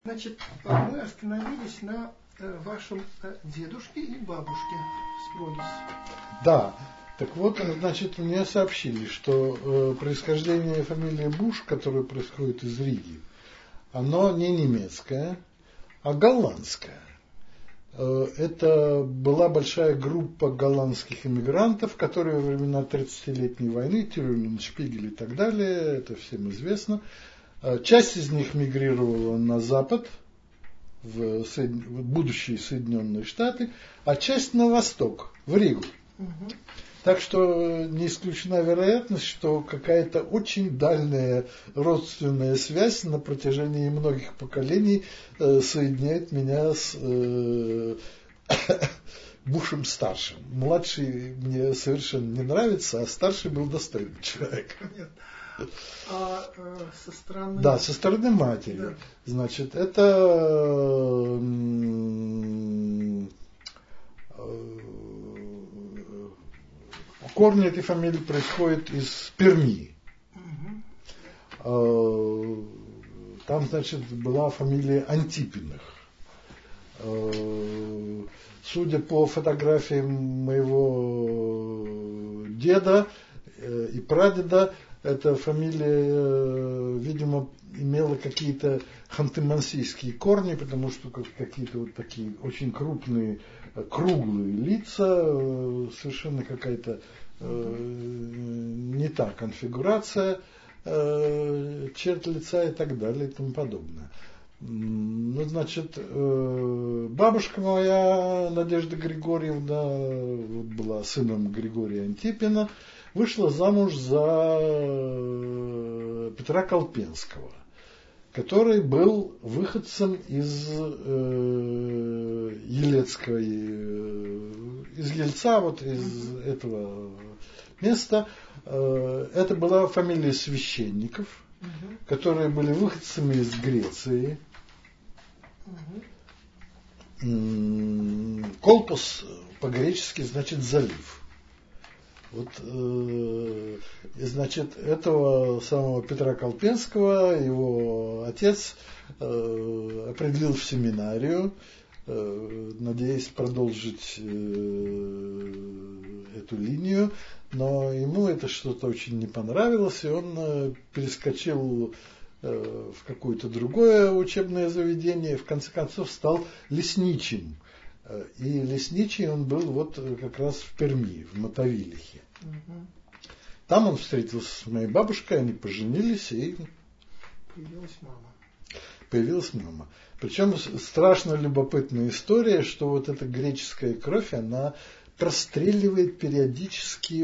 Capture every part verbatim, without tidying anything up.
Значит, мы остановились на вашем дедушке и бабушке Спродис. Да, так вот, значит, мне сообщили, что э, происхождение фамилии Буш, которая происходит из Риги, оно не немецкое, а голландское. Э, это была большая группа голландских иммигрантов, которые во времена тридцатилетней войны, Тюрюлен, Шпигель и так далее, это всем известно. Часть из них мигрировала на запад, в, Соед... в будущие Соединенные Штаты, а часть на восток, в Ригу. Угу. Так что не исключена вероятность, что какая-то очень дальняя родственная связь на протяжении многих поколений э, соединяет меня с э, Бушем старшим. Младший мне совершенно не нравится, а старший был достойный человек. А э, со стороны... Да, со стороны матери. Да. Значит, это э, корни этой фамилии происходят из Перми. Угу. Э, там, значит, была фамилия Антипиных. Э, судя по фотографиям моего деда э, и прадеда, эта фамилия, видимо, имела какие-то ханты-мансийские корни, потому что какие-то вот такие очень крупные, круглые лица, совершенно какая-то не та конфигурация черт лица и так далее и тому подобное. Ну, значит, бабушка моя, Надежда Григорьевна, была сыном Григория Антипина, вышла замуж за Петра Колпенского, который был выходцем из э, Елецкой, из Ельца, вот из этого места. Э, это была фамилия священников, угу. которые были выходцами из Греции. Угу. Колпос по-гречески значит залив. Вот, э, значит, этого самого Петра Колпенского его отец э, определил в семинарию, э, надеясь продолжить э, эту линию, но ему это что-то очень не понравилось, и он э, перескочил э, в какое-то другое учебное заведение, и в конце концов стал лесничим. И лесничий он был вот как раз в Перми, в Мотовилихе. Угу. Там он встретился с моей бабушкой, они поженились, и появилась мама. Появилась мама. Причем страшно любопытная история, что вот эта греческая кровь, она простреливает периодически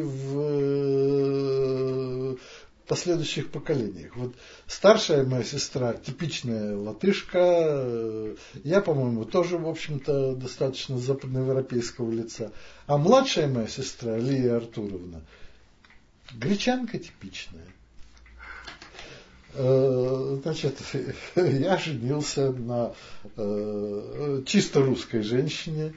в последующих поколениях. Вот старшая моя сестра типичная латышка, я, по-моему, тоже, в общем-то, достаточно западноевропейского лица. А младшая моя сестра, Лия Артуровна, гречанка типичная. Значит, я женился на чисто русской женщине.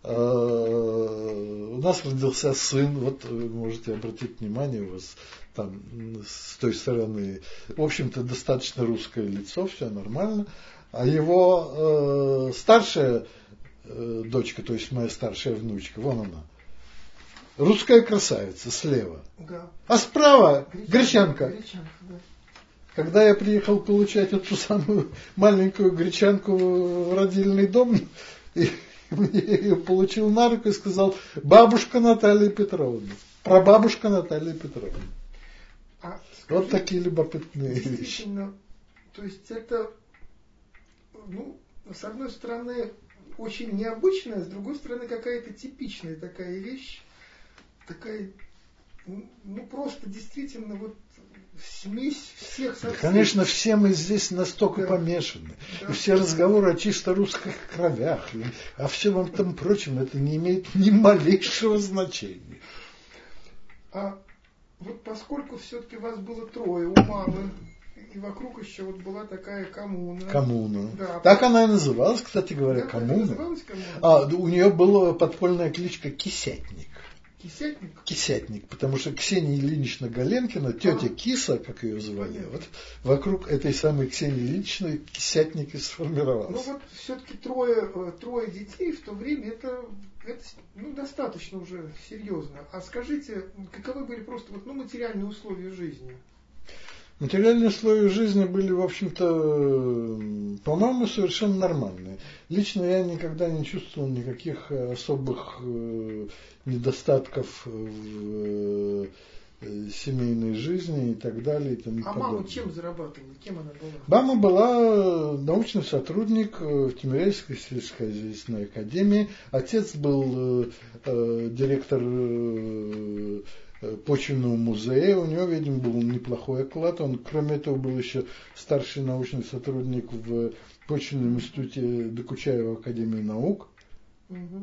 У нас родился сын, вот вы можете обратить внимание, у вас там с той стороны, в общем-то, достаточно русское лицо, все нормально. А его э, старшая э, дочка, то есть моя старшая внучка, вон она, русская красавица слева, да. А справа гречанка. гречанка да. Когда я приехал получать эту самую маленькую гречанку в родильный дом, и мне ее получил на руку и сказал: бабушка Наталья Петровна, прабабушка Наталья Петровна. А, скажи, вот такие любопытные вещи. То есть это, ну, с одной стороны, очень необычная, с другой стороны, какая-то типичная такая вещь, такая, ну, просто действительно вот смесь всех совсем. Да, конечно, все мы здесь настолько да. помешаны. Да. И все разговоры о чисто русских кровях, и о всем этом прочем, это не имеет ни малейшего значения. А вот поскольку все-таки вас было трое, у мамы, и вокруг еще вот была такая коммуна. Коммуна. Да. Так она и называлась, кстати говоря, да, коммуна. называлась коммуна. А, у нее была подпольная кличка Кисятник. Кисятник? Кисятник, потому что Ксения Ильинична Галенкина, тетя а. Киса, как ее звали, вот вокруг этой самой Ксении Ильиничны кисятник и сформировался. Ну вот все-таки трое, трое детей в то время, это, это ну, достаточно уже серьезно. А скажите, каковы были просто вот, ну, материальные условия жизни? Материальные условия жизни были, в общем-то, по-моему, совершенно нормальные. Лично я никогда не чувствовал никаких особых э, недостатков в э, семейной жизни и так далее. И тому а подобное. мама чем зарабатывала? Кем она была? Мама была научный сотрудник в Тимирязевской сельскохозяйственной академии. Отец был э, э, директор э, почвенного музея, у него, видимо, был неплохой оклад. Он, кроме этого, был еще старший научный сотрудник в почвенном институте Докучаева Академии наук. Угу.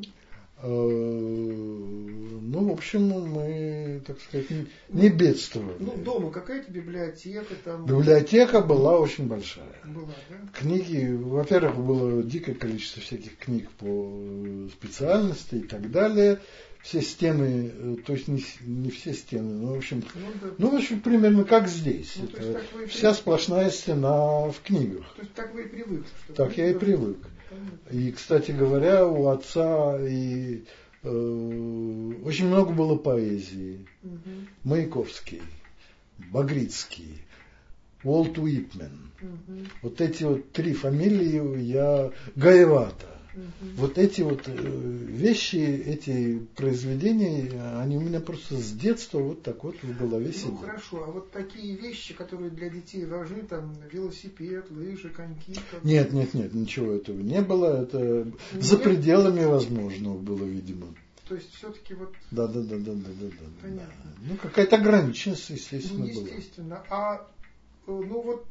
Ну, в общем, мы, так сказать, не, не бедствовали. Ну, дома какая-то библиотека там? Библиотека была очень большая. Была, да? Книги, во-первых, было дикое количество всяких книг по специальности и так далее. Все стены, то есть не, не все стены, но в общем, ну, да. ну в общем примерно как здесь. Ну, Это вся привык... сплошная стена в книгах. То есть так вы и привыкли? Так я и привык. И, кстати говоря, у отца и, э, очень много было поэзии. Угу. Маяковский, Багрицкий, Уолт Уитмен. Угу. Вот эти вот три фамилии я... Гаевата. Угу. Вот эти вот вещи, эти произведения, они у меня просто с детства вот так вот в голове сидят. Ну хорошо, а вот такие вещи, которые для детей важны, там велосипед, лыжи, коньки? Как... Нет, нет, нет, ничего этого не было. Это нет? За пределами возможного было, видимо. То есть все-таки вот... Да, да, да, да, да, да, да. Понятно. Ну какая-то ограниченность, естественно, ну, естественно. была. Естественно. А ну вот...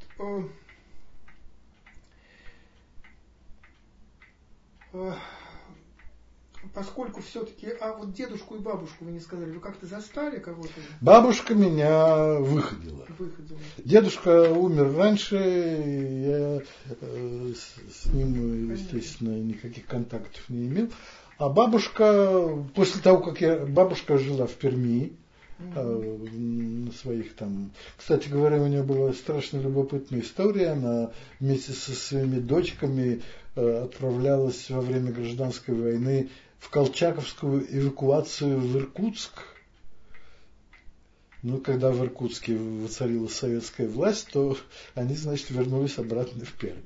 Поскольку все-таки, а вот дедушку и бабушку вы не сказали, вы как-то застали кого-то? Бабушка меня выходила. выходила. Дедушка умер раньше, я э, с, с ним, естественно, никаких контактов не имел. А бабушка, после того, как я, бабушка жила в Перми, э, на своих там, кстати говоря, у нее была страшно любопытная история, она вместе со своими дочками отправлялась во время гражданской войны в колчаковскую эвакуацию в Иркутск. Ну, когда в Иркутске воцарилась советская власть, то они, значит, вернулись обратно в Пермь.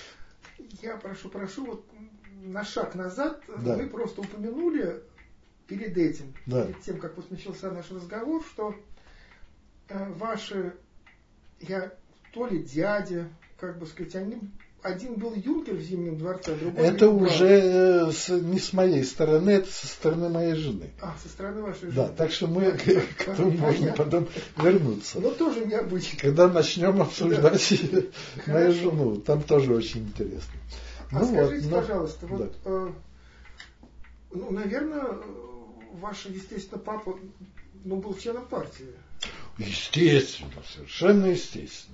Я прошу, прошу, вот на шаг назад, да. Вы просто упомянули перед этим, да. перед тем, как вот начался наш разговор, что э, ваши, я, то ли дядя, как бы сказать, они... Один был юнкер в Зимнем дворце, а другой... Это уже с, не с моей стороны, это со стороны моей жены. А, со стороны вашей жены. Да, так что мы к этому можно потом вернуться. Но тоже необычно. Когда начнем обсуждать мою жену, там тоже очень интересно. А ну, скажите, вот, пожалуйста, да. вот, э, ну, наверное, ваш, естественно, папа, ну, был членом партии. Естественно, совершенно естественно.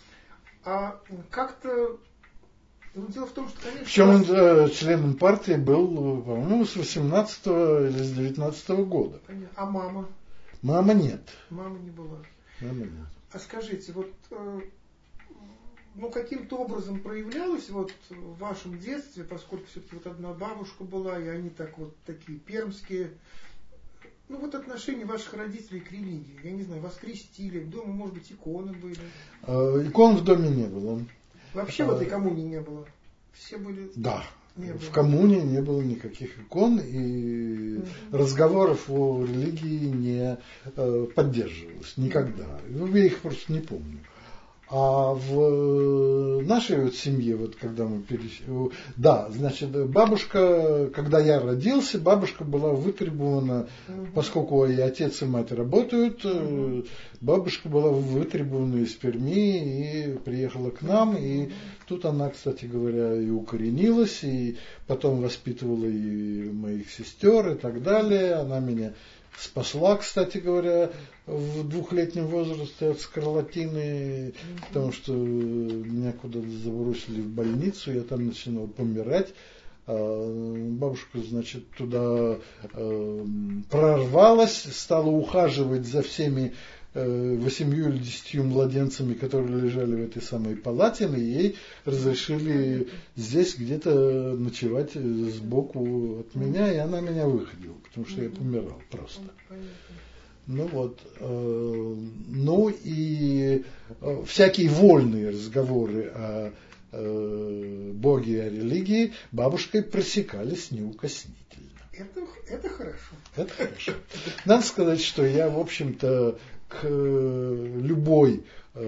А как-то... Ну, дело в том, что, конечно... Причем он э, членом партии был, по-моему, с восемнадцатого или с девятнадцатого года. Понятно. А мама? Мама нет. Мама не была. Мама нет. А скажите, вот э, ну, каким-то образом проявлялось вот в вашем детстве, поскольку все-таки вот одна бабушка была, и они так вот такие пермские, ну вот отношение ваших родителей к религии, я не знаю, вас крестили, дома, может быть, иконы были? Э, икон в доме не было. Вообще в этой коммуне не было? Все были... Да. Не в было. коммуне не было никаких икон, и угу. разговоров о религии не э, поддерживалось никогда. Угу. Я их просто не помню. А в нашей вот семье, вот когда мы переш... Да, значит, бабушка, когда я родился, бабушка была вытребована, угу. поскольку и отец, и мать работают, угу. бабушка была вытребована из Перми и приехала к нам, и тут она, кстати говоря, и укоренилась, и потом воспитывала и моих сестер и так далее. Она меня спасла, кстати говоря, в двухлетнем возрасте от скарлатины, mm-hmm. потому что меня куда-то забросили в больницу, я там начинал помирать Бабушка, значит, туда прорвалась, стала ухаживать за всеми восемью или десятью младенцами, которые лежали в этой самой палате, и ей разрешили здесь где-то ночевать сбоку от меня, и она меня выходила, потому что я помирал просто. Ну вот, э, ну и э, всякие вольные разговоры о э, Боге и о религии бабушкой пресекались неукоснительно. Это, это хорошо. Это хорошо. Надо сказать, что я, в общем-то, к любой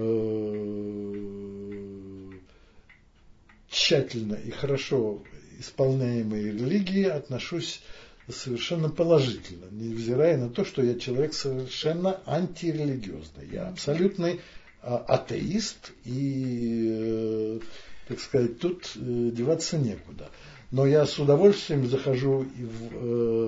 э, тщательно и хорошо исполняемой религии отношусь совершенно положительно, невзирая на то, что я человек совершенно антирелигиозный. Я абсолютный а, атеист, и, э, так сказать, тут э, деваться некуда. Но я с удовольствием захожу и в э,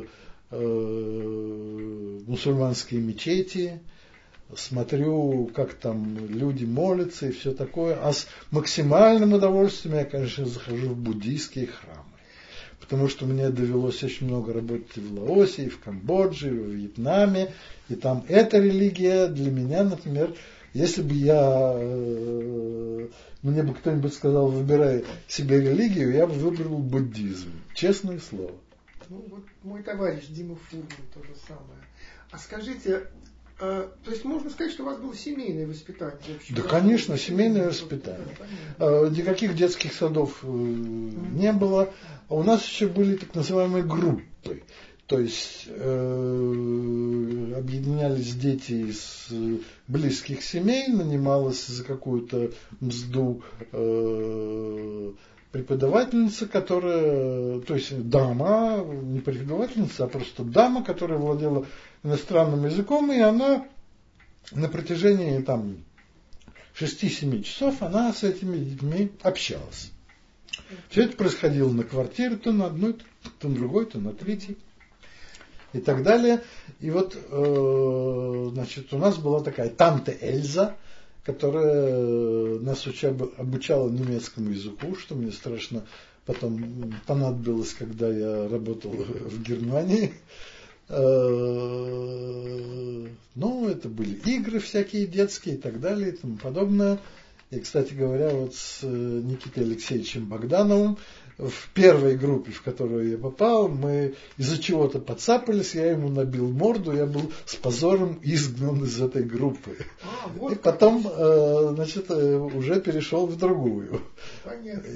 э, мусульманские мечети, смотрю, как там люди молятся и все такое. А с максимальным удовольствием я, конечно, захожу в буддийские храмы. Потому что мне довелось очень много работать и в Лаосе, и в Камбодже, и в Вьетнаме. И там эта религия для меня, например, если бы я, э, мне бы кто-нибудь сказал, выбирай себе религию, я бы выбрал буддизм. Честное слово. Ну вот мой товарищ Дима Фурман то же самое. А скажите, э, то есть можно сказать, что у вас было семейное воспитание? Вообще, да, конечно, семейное воспитание. Э, никаких детских садов э, mm-hmm. не было. А у нас еще были так называемые группы. То есть э, объединялись дети из близких семей, нанималась за какую-то мзду э, преподавательница, которая, то есть дама, не преподавательница, а просто дама, которая владела иностранным языком, и она на протяжении там шести-семи часов она с этими детьми общалась. Все это происходило на квартире, то на одной, то на другой, то на третьей. И так далее. И вот, э, значит, у нас была такая танта Эльза, которая нас уча, обучала немецкому языку, что мне страшно потом понадобилось, когда я работал в Германии. Э, ну, это были игры всякие детские и так далее и тому подобное. И, кстати говоря, вот с Никитой Алексеевичем Богдановым в первой группе, в которую я попал, мы из-за чего-то подцапались, я ему набил морду, я был с позором изгнан из этой группы. А, вот и потом, э, значит, уже перешел в другую. Понятно.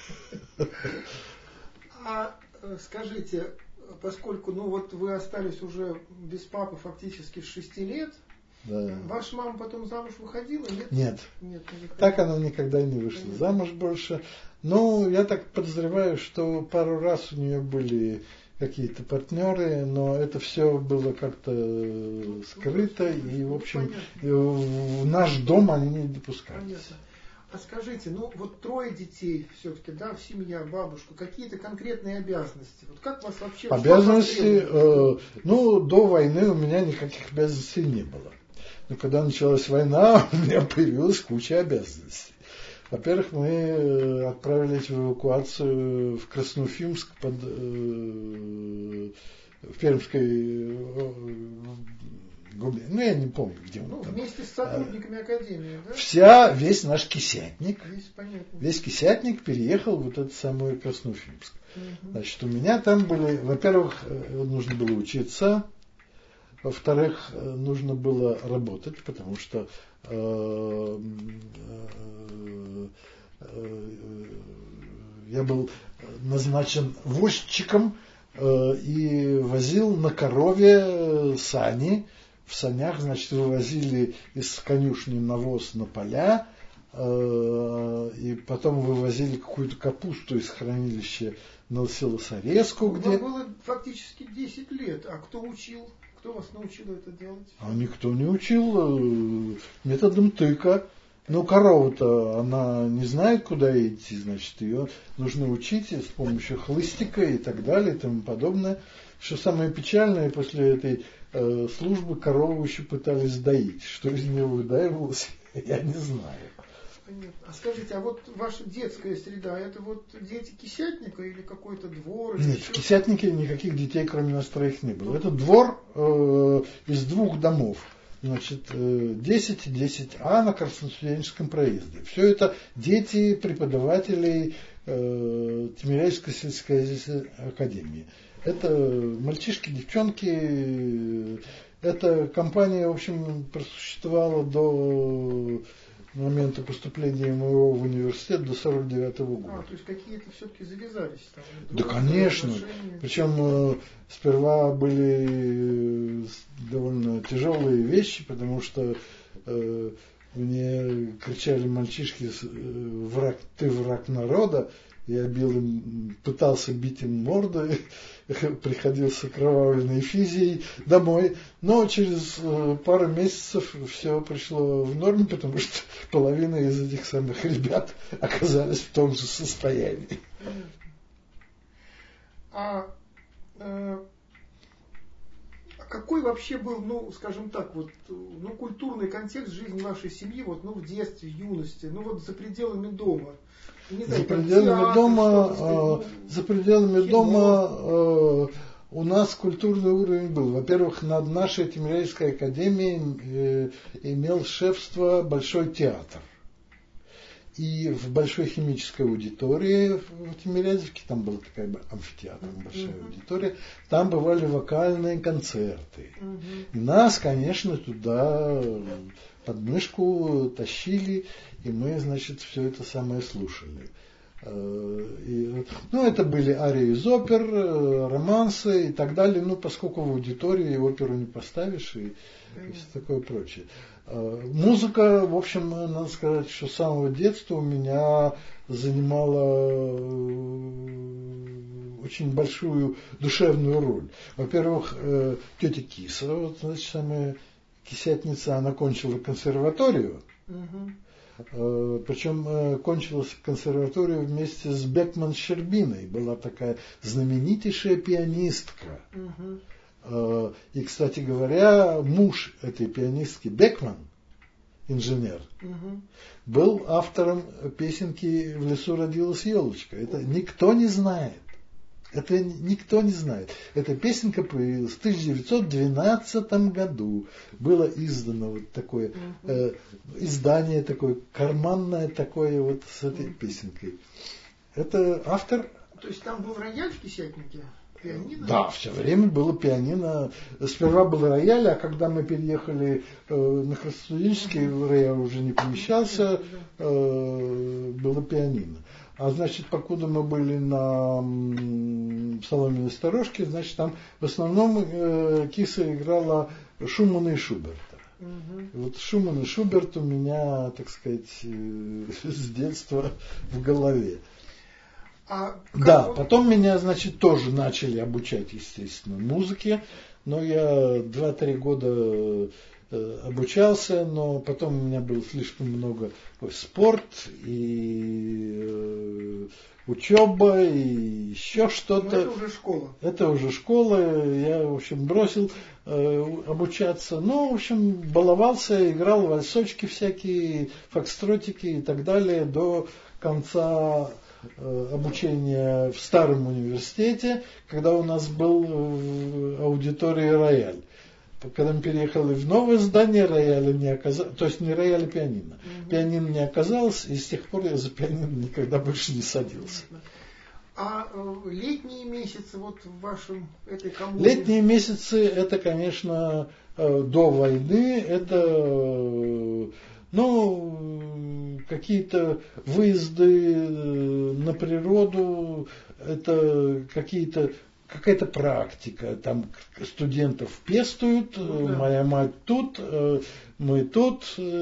А скажите, поскольку ну вот вы остались уже без папы фактически с шести лет, да. Ваша мама потом замуж выходила? Нет. Нет. Нет, не так она никогда не вышла Понятно. замуж больше. Ну, я так подозреваю, что пару раз у нее были какие-то партнеры, но это все было как-то скрыто, ну, и, в общем, в наш дом они не допускались. Понятно. А скажите, ну вот трое детей все-таки, да, в семье, бабушка, какие-то конкретные обязанности? Вот как вас вообще... Обязанности, э, ну, до войны у меня никаких обязанностей не было. Но когда началась война, у меня появилась куча обязанностей. Во-первых, мы отправились в эвакуацию в Красноуфимск под, э, в Пермской э, губернии. Ну, я не помню, где он ну, там. Вместе с сотрудниками а, академии, да? Вся, весь наш кисятник, весь, весь кисятник переехал в вот этот самый Красноуфимск. Угу. Значит, у меня там были, во-первых, нужно было учиться. Во-вторых, нужно было работать, потому что э, э, э, я был назначен возчиком э, и возил на корове сани. В санях, значит, вывозили из конюшни навоз на поля, э, и потом вывозили какую-то капусту из хранилища на Селосорезку, где... Вам было фактически десять лет, а кто учил? Кто вас научил это делать? А никто не учил, методом тыка. Ну, корова-то, она не знает, куда идти, значит, ее нужно учить с помощью хлыстика и так далее и тому подобное. Что самое печальное, после этой э, службы корову еще пытались доить. Что из нее выдаивалось, я не знаю. Понятно. А скажите, а вот ваша детская среда, это вот дети Кисятника или какой-то двор? Или Нет, еще? в Кисятнике никаких детей, кроме нас троих, не было. Это двор э, из двух домов. Значит, десять и десять А на Красностуденческом проезде. Все это дети преподавателей э, Тимирязевской сельскохозяйственной академии. Это мальчишки, девчонки. Эта компания, в общем, просуществовала до момента поступления моего в университет до сорок девятого года. А, то есть какие-то все-таки завязались там? Да, конечно. Отношения. Причем э, сперва были довольно тяжелые вещи, потому что э, мне кричали мальчишки: враг, ты враг народа. Я бил им, пытался бить им морды, приходил с окровавленной физией домой. Но через э, пару месяцев все пришло в норму, потому что половина из этих самых ребят оказались в том же состоянии. А э, какой вообще был, ну, скажем так, вот, ну, культурный контекст жизни вашей семьи, вот, ну, в детстве, юности, ну, вот за пределами дома? Не знаю, за пределами театр, дома, сказать, ну, за пределами кино. дома э, у нас культурный уровень был. Во-первых, над нашей Тимирязевской академией э, имел шефство Большой театр. И в Большой химической аудитории в Тимирязевке, там была такая амфитеатр, большая uh-huh. аудитория, там бывали вокальные концерты. Uh-huh. И нас, конечно, туда под мышку тащили, и мы, значит, все это самое слушали. И, ну, это были арии из опер, романсы и так далее, ну, поскольку в аудитории оперу не поставишь и, и все такое прочее. Музыка, в общем, надо сказать, что с самого детства у меня занимала очень большую душевную роль. Во-первых, тетя Киса, вот, значит, самая кисятница, она кончила консерваторию. Uh-huh. Причем кончила консерваторию вместе с Бекман-Щербиной. Была такая знаменитейшая пианистка. Uh-huh. И, кстати говоря, муж этой пианистки, Бекман, инженер, uh-huh. был автором песенки «В лесу родилась елочка». Это никто не знает. Это никто не знает. Эта песенка появилась в тысяча девятьсот двенадцатом году. Было издано вот такое uh-huh. э, издание такое, карманное такое вот с этой uh-huh. песенкой. Это автор... То есть там был рояль в Кисятнике? Пианино? Да, все время было пианино. Сперва был рояль, а когда мы переехали э, на Красностуденческий, uh-huh. рояль уже не помещался, э, было пианино. А значит, покуда мы были на м, Соломенной сторожке, значит, там в основном э, Киса играла Шумана и Шуберта. Uh-huh. Вот Шуман и Шуберт у меня, так сказать, э, с детства в голове. А да, вот... потом меня, значит, тоже начали обучать, естественно, музыке, но я два-три года э, обучался, но потом у меня было слишком много ой, спорт и э, учеба и еще что-то. Но это уже школа. Это уже школа, я, в общем, бросил э, обучаться, ну, в общем, баловался, играл в вальсочки всякие, фокстротики и так далее до конца обучения в старом университете, когда у нас был в аудитории рояль. Когда мы переехали в новое здание, рояля не оказалось, то есть не рояль, а пианино. Угу. Пианино не оказалось, и с тех пор я за пианино никогда больше не садился. А э, летние месяцы вот в вашем этой коммуне? Летние месяцы это, конечно, э, до войны, это э, ну, какие-то выезды на природу, это какие-то, какая-то практика. Там студентов пестуют, ну, да. Моя мать тут, мы тут,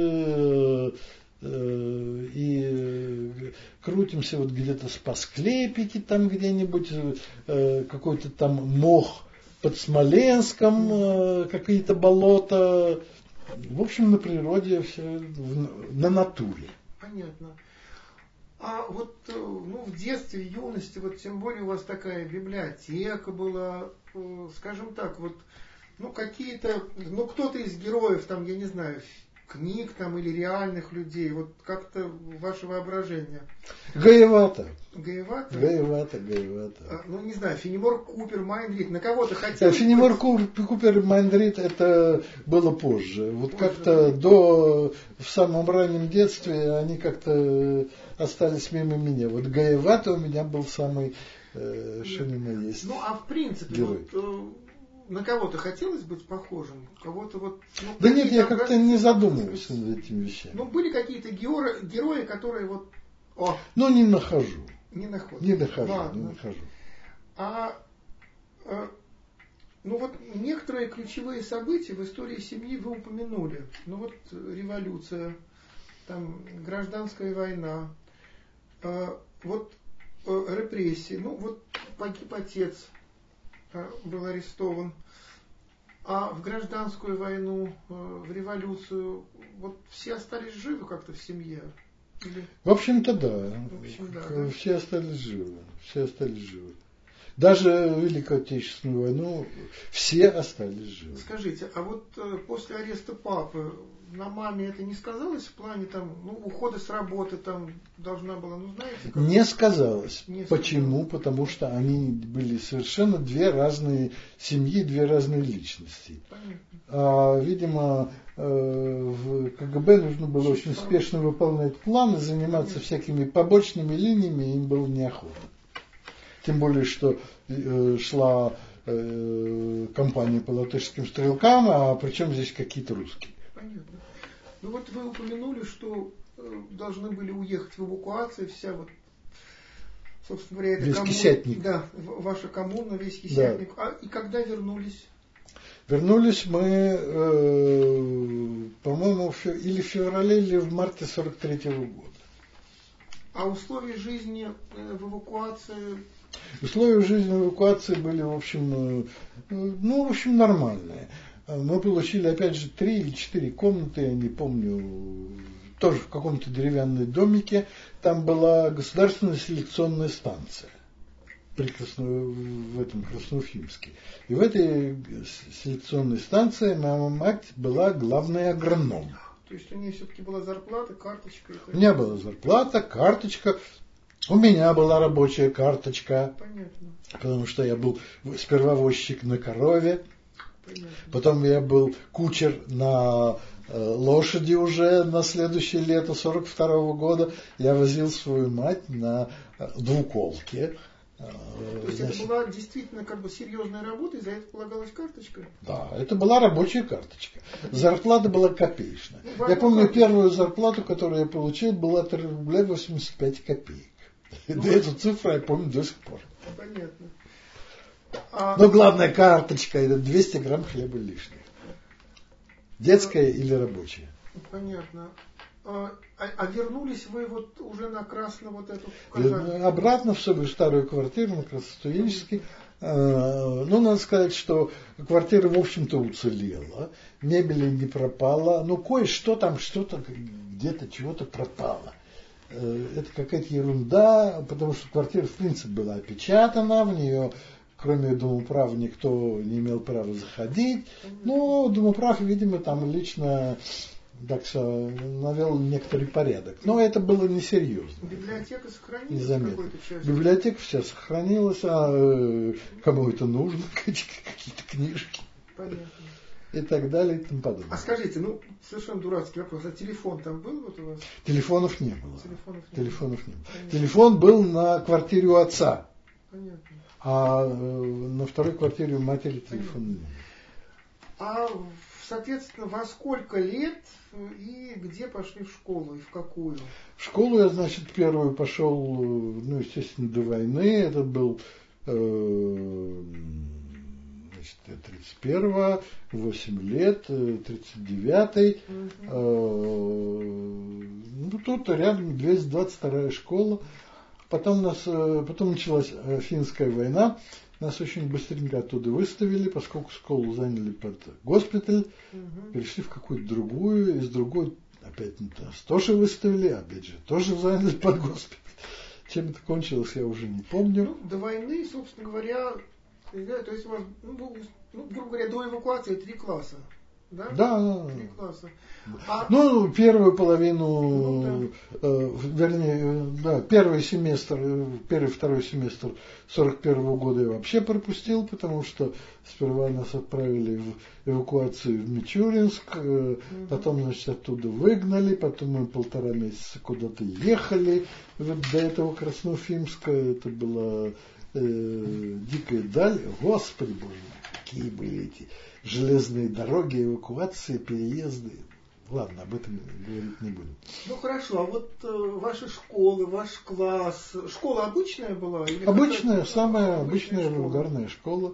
и крутимся вот где-то спасклепики там где-нибудь, какой-то там мох под Смоленском, какие-то болота. В общем, на природе, все, на натуре. Понятно. А вот ну, в детстве, в юности, вот тем более у вас такая библиотека была, скажем так, вот, ну, какие-то, ну, кто-то из героев, там, я не знаю, книг там или реальных людей? Вот как-то ваше воображение. Гаевато. Гаевато? Гаевато, гаевато. А, ну, не знаю, Фенемор Купер, Майн Рид. На кого ты хотел? Фенемор Купер и Майн Рид это было позже. Вот позже, как-то да? до, в самом раннем детстве они как-то остались мимо меня. Вот Гаевато у меня был самый, э, что ни на есть. Ну, а в принципе, вот, э, на кого-то хотелось быть похожим? Кого-то вот, ну, да нет, я там, как-то да, не задумывался над этими вещами. Ну, были какие-то герои, герои, которые вот... О, но не нахожу. Не находишь. Не нахожу, Ладно. не нахожу. А, а ну вот некоторые ключевые события в истории семьи вы упомянули. Ну вот революция, там гражданская война, а, вот а, репрессии. Ну вот погиб отец, а, был арестован. А в гражданскую войну, а, в революцию, вот все остались живы как-то в семье? Или... В общем-то, да. В общем, да, да. Все остались живы. Все остались живы. Даже Великую Отечественную войну все остались живы. Скажите, а вот э, после ареста папы на маме это не сказалось в плане там, ну, ухода с работы там должна была, ну знаете? Как... Не сказалось. Не Почему? сказалось. Потому что они были совершенно две разные семьи, две разные личности. Понятно. А, видимо, в КГБ нужно было очень успешно выполнять планы, заниматься Понятно. Всякими побочными линиями, им было неохота. Тем более, что э, шла э, кампания по латышским стрелкам, а причем здесь какие-то русские. Понятно. Ну вот вы упомянули, что э, должны были уехать в эвакуацию, вся вот, собственно говоря, это весь коммуна, Кисятник. Да, ваша коммуна, весь Кисятник. Да. А и когда вернулись? Вернулись мы, э, по-моему, в, или в феврале, или в марте сорок третьего года. А условия жизни э, в эвакуации? Условия жизни в эвакуации были, в общем, ну, в общем, нормальные. Мы получили, опять же, три или четыре комнаты, я не помню, тоже в каком-то деревянном домике. Там была государственная селекционная станция при Красно... в этом Красноуфимске. И в этой селекционной станции моя мать была главный агроном. То есть у нее все-таки была зарплата, карточка? И у меня была зарплата, карточка. У меня была рабочая карточка, Понятно. Потому что я был сперва возчик на корове, Понятно. Потом я был кучер на э, лошади уже на следующее лето сорок второго года. Я возил свою мать на э, двуколке. То есть Значит, это была действительно как бы серьезная работа, и за это полагалась карточка? Да, это была рабочая карточка. Зарплата была копеечная. Ну, я помню, карточка. Первую зарплату, которую я получил, была три рубля восемьдесят пять копеек. Ну, да, эту цифру я помню до сих пор. Понятно. А... Но главная карточка, это двести грамм хлеба лишних. Детская а... или рабочая? Понятно. А, а вернулись вы вот уже на Красно вот эту Казань? Обратно в свою старую квартиру на Красностуденческий. Ну, надо сказать, что квартира, в общем-то, уцелела. Мебели не пропало. Ну, кое-что там, что-то где-то, чего-то пропало. Это какая-то ерунда, потому что квартира, в принципе, была опечатана, в нее, кроме домоуправа, никто не имел права заходить. Но домоуправ, видимо, там лично... Так что навел некоторый порядок. Но это было несерьезно. Библиотека сохранилась? Незаметно. Библиотека вся сохранилась, а э, кому это нужно, какие-то книжки. Понятно. И так далее и тому подобное. А скажите, ну, совершенно дурацкий вопрос, а телефон там был вот у вас? Телефонов не было. Телефонов не Телефонов было. не было. Телефон был на квартире у отца. Понятно. А э, на второй квартире у матери телефона не было. А, соответственно, во сколько лет и где пошли в школу и в какую? В школу я, значит, первую пошел, ну, естественно, до войны. Это был э, значит, тридцать первого, восемь лет, тридцать девятый. Угу. Э, ну, тут рядом двести двадцать вторая школа. Потом, нас, потом началась финская война. Нас очень быстренько оттуда выставили, поскольку школу заняли под госпиталь, угу. Перешли в какую-то другую, из другой опять нас тоже выставили, опять же тоже заняли под госпиталь. Чем это кончилось, я уже не помню. Ну, до войны, собственно говоря, да, то есть у вас, ну, ну, грубо говоря, до эвакуации три класса. Да? Да. Три класса. А... Ну, первую половину, ну, да. э, вернее, да, первый семестр, первый, второй семестр сорок первого года я вообще пропустил, потому что сперва нас отправили в эвакуацию в Мичуринск, э, угу. потом, значит, оттуда выгнали, потом мы полтора месяца куда-то ехали, вот до этого Красноуфимска, это была э, дикая даль, господи боже мой, какие были эти железные дороги, эвакуации, переезды. Ладно, об этом говорить не будем. Ну хорошо, а вот э, ваши школы, ваш класс, школа обычная была? Или обычная, самая обычная вульгарная школа.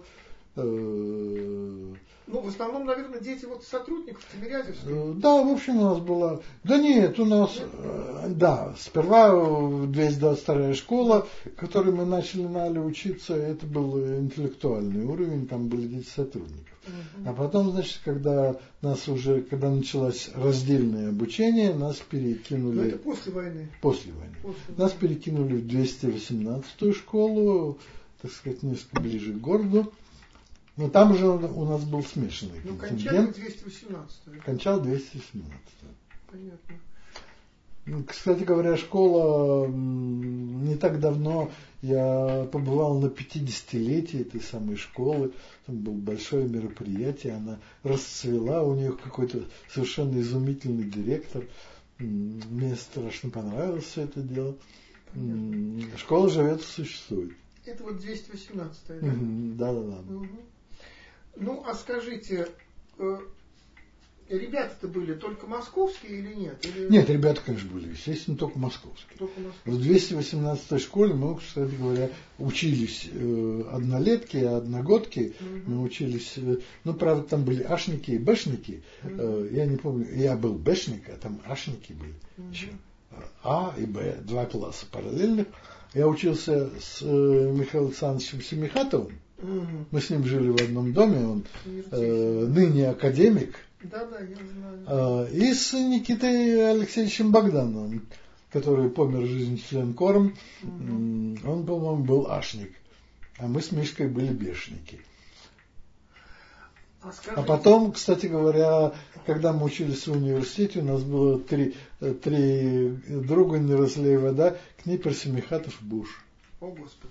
Ну, в основном, наверное, дети вот сотрудников Тимирязевского. Да, в общем, у нас была... Да нет, у нас... Да, сперва двести двадцать вторая школа, в которой мы начали на Але учиться, это был интеллектуальный уровень, там были дети сотрудников. Uh-huh. А потом, значит, когда нас уже, когда началось раздельное обучение, нас перекинули... Но это после войны. После войны. После нас войны. перекинули в двести восемнадцатую школу, так сказать, несколько ближе к городу. Но там уже у нас был смешанный ну, контингент. Кончал двести восемнадцатую. Кончал двести восемнадцатую. Понятно. Кстати говоря, школа, не так давно я побывал на пятидесятилетии этой самой школы. Там было большое мероприятие, она расцвела, у нее какой-то совершенно изумительный директор. Мне страшно понравилось все это дело. Понятно. Школа живет и существует. Это вот двести восемнадцатая, да? Да, да, да. Угу. Ну, а скажите, э, ребята-то были только московские или нет? Или... Нет, ребята, конечно, были, естественно, только московские. Только московские. В двести восемнадцатой школе мы, кстати говоря, учились э, однолетки, одногодки. Угу. Мы учились, э, ну, правда, там были ашники и бэшники. Угу. Э, я не помню, я был бэшник, а там ашники были. Угу. Еще. А и Б, два класса параллельных. Я учился с э, Михаилом Александровичем Семихатовым. Угу. Мы с ним жили в одном доме, он э, ныне академик. Да, да, я знаю. Э, и с Никитой Алексеевичем Богдановым, который помер жизнью член Корм. Угу. Он, по-моему, был ашник. А мы с Мишкой были бешники. А, скажите... а потом, кстати говоря, когда мы учились в университете, у нас было три, три друга, не разлей вода, Книпер, Семихатов, Буш. О, Господи.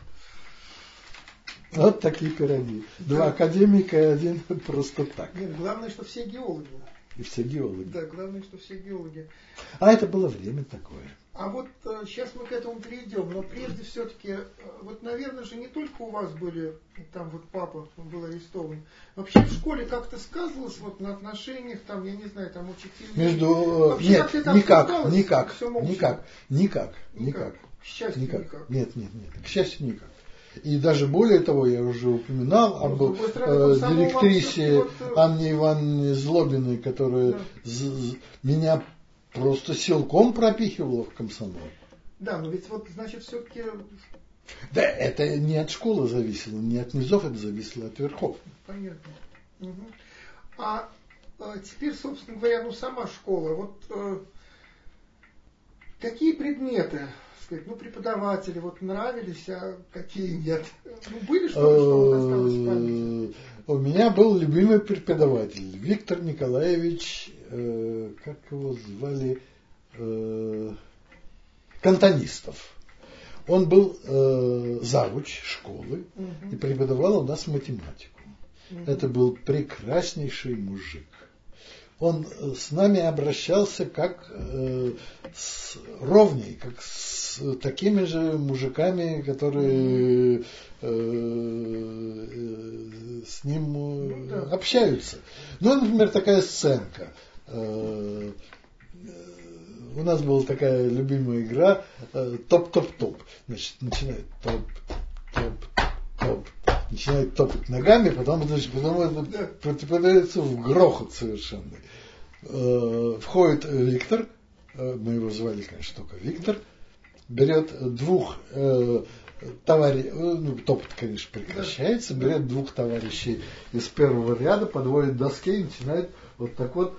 Вот такие пироги. Два академика и один просто так. Нет, главное, что все геологи. И все геологи. Да, главное, что все геологи. А это было время такое. А вот э, сейчас мы к этому перейдем, но прежде все-таки, э, вот, наверное же, не только у вас были, там вот папа был арестован, вообще в школе как-то сказывалось вот на отношениях, там, я не знаю, там учителей? Между... Вообще, нет, как никак, никак, никак, никак, никак, никак. К счастью, никак. никак. Нет, нет, нет, к счастью, никак. И даже более того, я уже упоминал об ну, э, директрисе вот, Анне Ивановне Злобиной, которая да. з- меня просто силком пропихивала в комсомол. Да, но ведь вот, значит, все-таки... Да, это не от школы зависело, не от низов, это зависело от верхов. Понятно. Угу. А, а теперь, собственно говоря, ну сама школа, вот э, какие предметы, сказать, ну преподаватели вот нравились, а какие нет? Ну были что-то, что вам осталось в памяти? У меня был любимый преподаватель Виктор Николаевич, э, как его звали, э, Кантонистов. Он был э, завуч школы uh-huh. и преподавал у нас математику. Uh-huh. Это был прекраснейший мужик. Он с нами обращался как э, с ровней, как с такими же мужиками, которые э, э, с ним ну, да. общаются. Ну, например, такая сценка. Э, У нас была такая любимая игра э, топ-топ-топ. Значит, начинает топ-топ-топ, начинает топать ногами, потом, значит, потом это преподается в грохот совершенно. Э, входит Виктор, э, мы его звали, конечно, только Виктор, берет двух э, товарищей, ну, топот, конечно, прекращается, берет двух товарищей из первого ряда, подводит доски и начинает вот так вот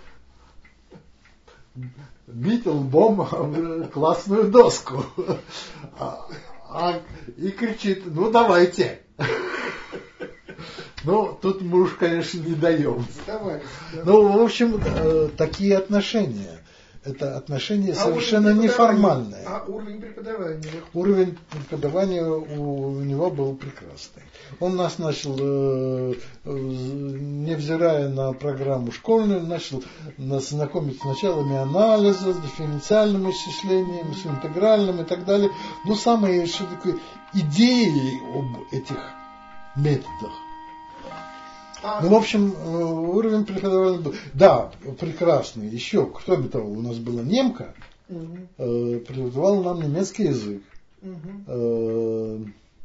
бить лбом в классную доску. А, а, и кричит, ну давайте. Ну, тут мы уж, конечно, не даем. Давай, да. Ну, в общем, э, такие отношения. Это отношения а совершенно неформальные. А уровень преподавания? Уровень преподавания у, у него был прекрасный. Он нас начал, э, э, невзирая на программу школьную, начал нас знакомить с началами анализа, с дифференциальным исчислением, с интегральным и так далее. Но самые что такое, идеи об этих методах. А... Ну, в общем, уровень преподавания был. Да, прекрасный. Еще, кроме того, у нас была немка, угу. э, преподавала нам немецкий язык. Угу. Э,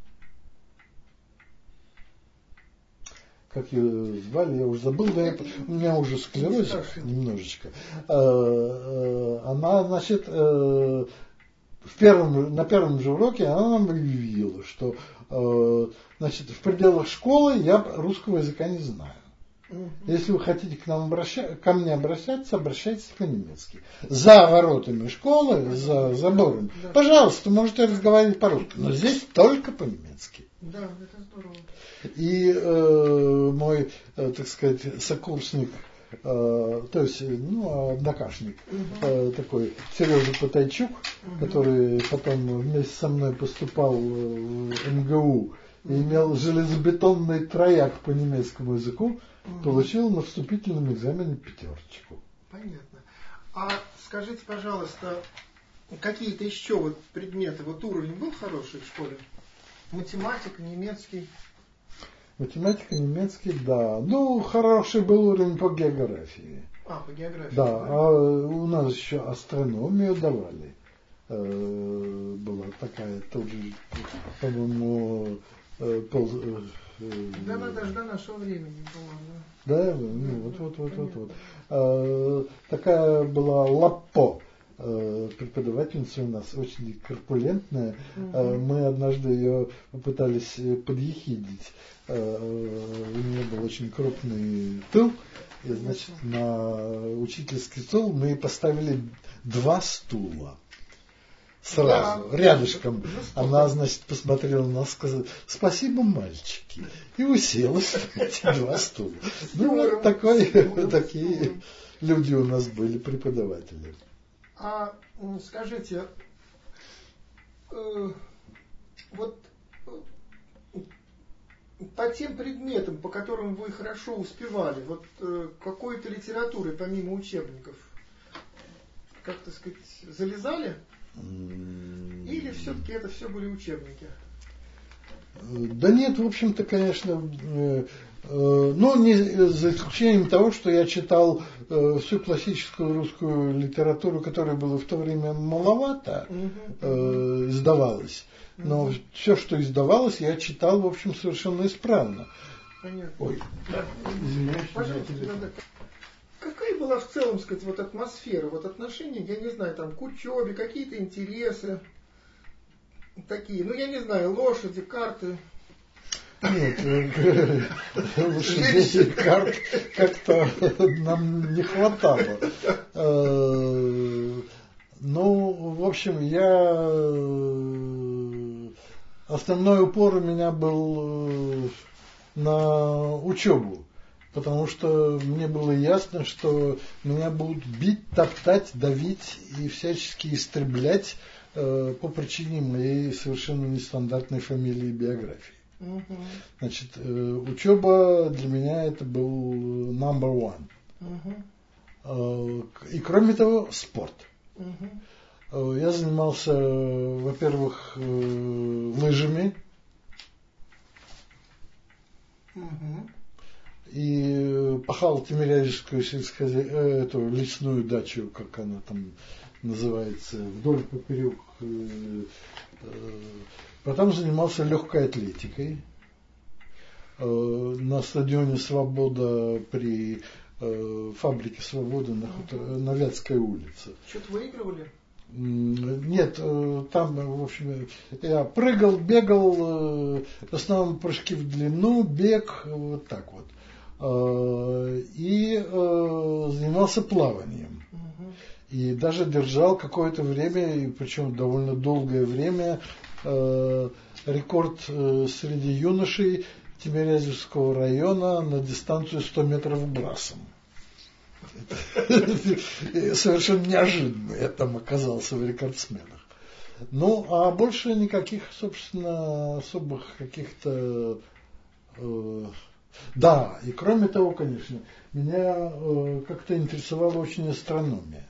как ее звали, я уже забыл, да, я, у меня уже склерозик немножечко. Э, э, она, значит, э, в первом, на первом же уроке она нам объявила, что э, значит, в пределах школы я русского языка не знаю. Uh-huh. Если вы хотите к нам обращаться, ко мне обращаться, обращайтесь по-немецки. За воротами школы, за забором, да. Пожалуйста, можете разговаривать по-русски, но здесь только по-немецки. Да, это здорово. И э, мой, э, так сказать, сокурсник, Uh, то есть, ну, однокашник, uh-huh. uh, такой Сережа Потайчук, uh-huh. который потом вместе со мной поступал в эм гэ у и uh-huh. имел железобетонный трояк по немецкому языку, uh-huh. получил на вступительном экзамене пятерочку. Понятно. А скажите, пожалуйста, какие-то еще вот предметы, вот уровень был хороший в школе? Математика, немецкий? Математика, немецкий, да. Ну, хороший был уровень по географии. А, по географии. Да, да? А у нас еще астрономию давали. Э, была такая тоже, по-моему, э, пол... Э, да, да, даже до нашего времени была, да. Да, ну, вот, вот, вот, вот, вот. Э, такая была Лаппо. Преподавательница у нас очень корпулентная. Uh-huh. Мы однажды ее попытались подъехидить. У нее был очень крупный тыл. И, значит, на учительский стол мы поставили два стула. Сразу, да, рядышком. Да, она, значит, посмотрела на нас и сказала: спасибо, мальчики. И уселась на эти два стула. Ну, вот такой, такие люди у нас были, преподаватели. А скажите, э, вот э, по тем предметам, по которым вы хорошо успевали, вот э, какой-то литературы помимо учебников, как так сказать, залезали? Или все-таки это все были учебники? Да нет, в общем-то, конечно, э, э, но не за исключением того, что я читал э, всю классическую русскую литературу, которая была в то время маловато, э, издавалась. Но угу. все, что издавалось, я читал, в общем, совершенно исправно. Понятно. Ой, да, извиняюсь. Пожалуйста, да, да. Какая была в целом, сказать, вот атмосфера, вот отношения, я не знаю, там, к учебе, какие-то интересы? Такие, ну я не знаю, лошади, карты. Нет, лошадей и карт как-то нам не хватало. Ну, в общем, я... Основной упор у меня был на учебу, потому что мне было ясно, что меня будут бить, топтать, давить и всячески истреблять по причине моей совершенно нестандартной фамилии и биографии. Uh-huh. Значит, учеба для меня это был number one. Uh-huh. И кроме того, спорт. Uh-huh. Я занимался, во-первых, лыжами. Uh-huh. И пахал Тимирязевскую сельскохоз... эту лесную дачу, как она там называется, вдоль поперек. Потом занимался легкой атлетикой на стадионе «Свобода» при фабрике «Свобода» на, uh-huh. на Вятской улице. Что-то выигрывали? Нет, там, в общем, я прыгал, бегал, в основном прыжки в длину, бег, вот так вот. И занимался плаванием. Uh-huh. И даже держал какое-то время, причем довольно долгое время, рекорд среди юношей Тимирязевского района на дистанцию сто метров брасом. Совершенно неожиданно я там оказался в рекордсменах. Ну, а больше никаких, собственно, особых каких-то... Э, да, и кроме того, конечно, меня э, как-то интересовала очень астрономия.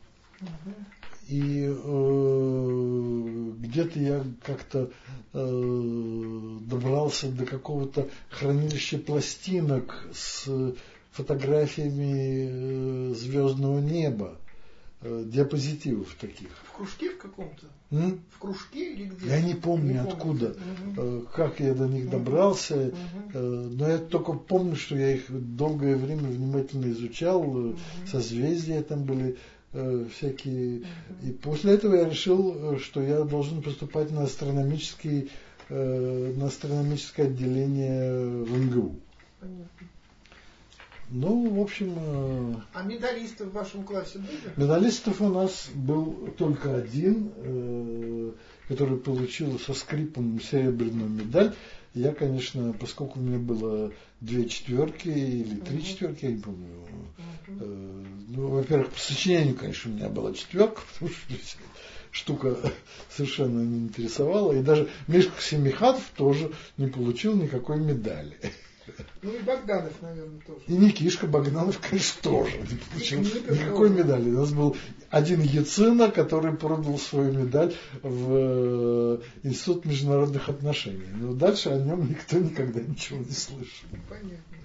И э, где-то я как-то э, добрался до какого-то хранилища пластинок с фотографиями э, звездного неба, э, диапозитивов таких. В кружке в каком-то? М? В кружке или где? Я не помню, не откуда, угу. э, как я до них добрался, угу. э, но я только помню, что я их долгое время внимательно изучал, угу. созвездия там были э, всякие. Угу. И после этого я решил, что я должен поступать на астрономический, э, на астрономическое отделение в эм гэ у. Понятно. Ну, в общем... Э, а медалисты в вашем классе были? Медалистов у нас был только один, э, который получил со скрипом серебряную медаль. Я, конечно, поскольку у меня было две четверки или три uh-huh. четверки, я не помню. Uh-huh. Э, ну, во-первых, по сочинению, конечно, у меня была четверка, потому что штука совершенно не интересовала. И даже Мишка Семихатов тоже не получил никакой медали. Ну и Богданов, наверное, тоже. И Никишка Богданов, конечно, тоже не получил никакой медали. У нас был один Яцина, который продал свою медаль в Институт международных отношений. Но дальше о нем никто никогда ничего не слышал. Понятно.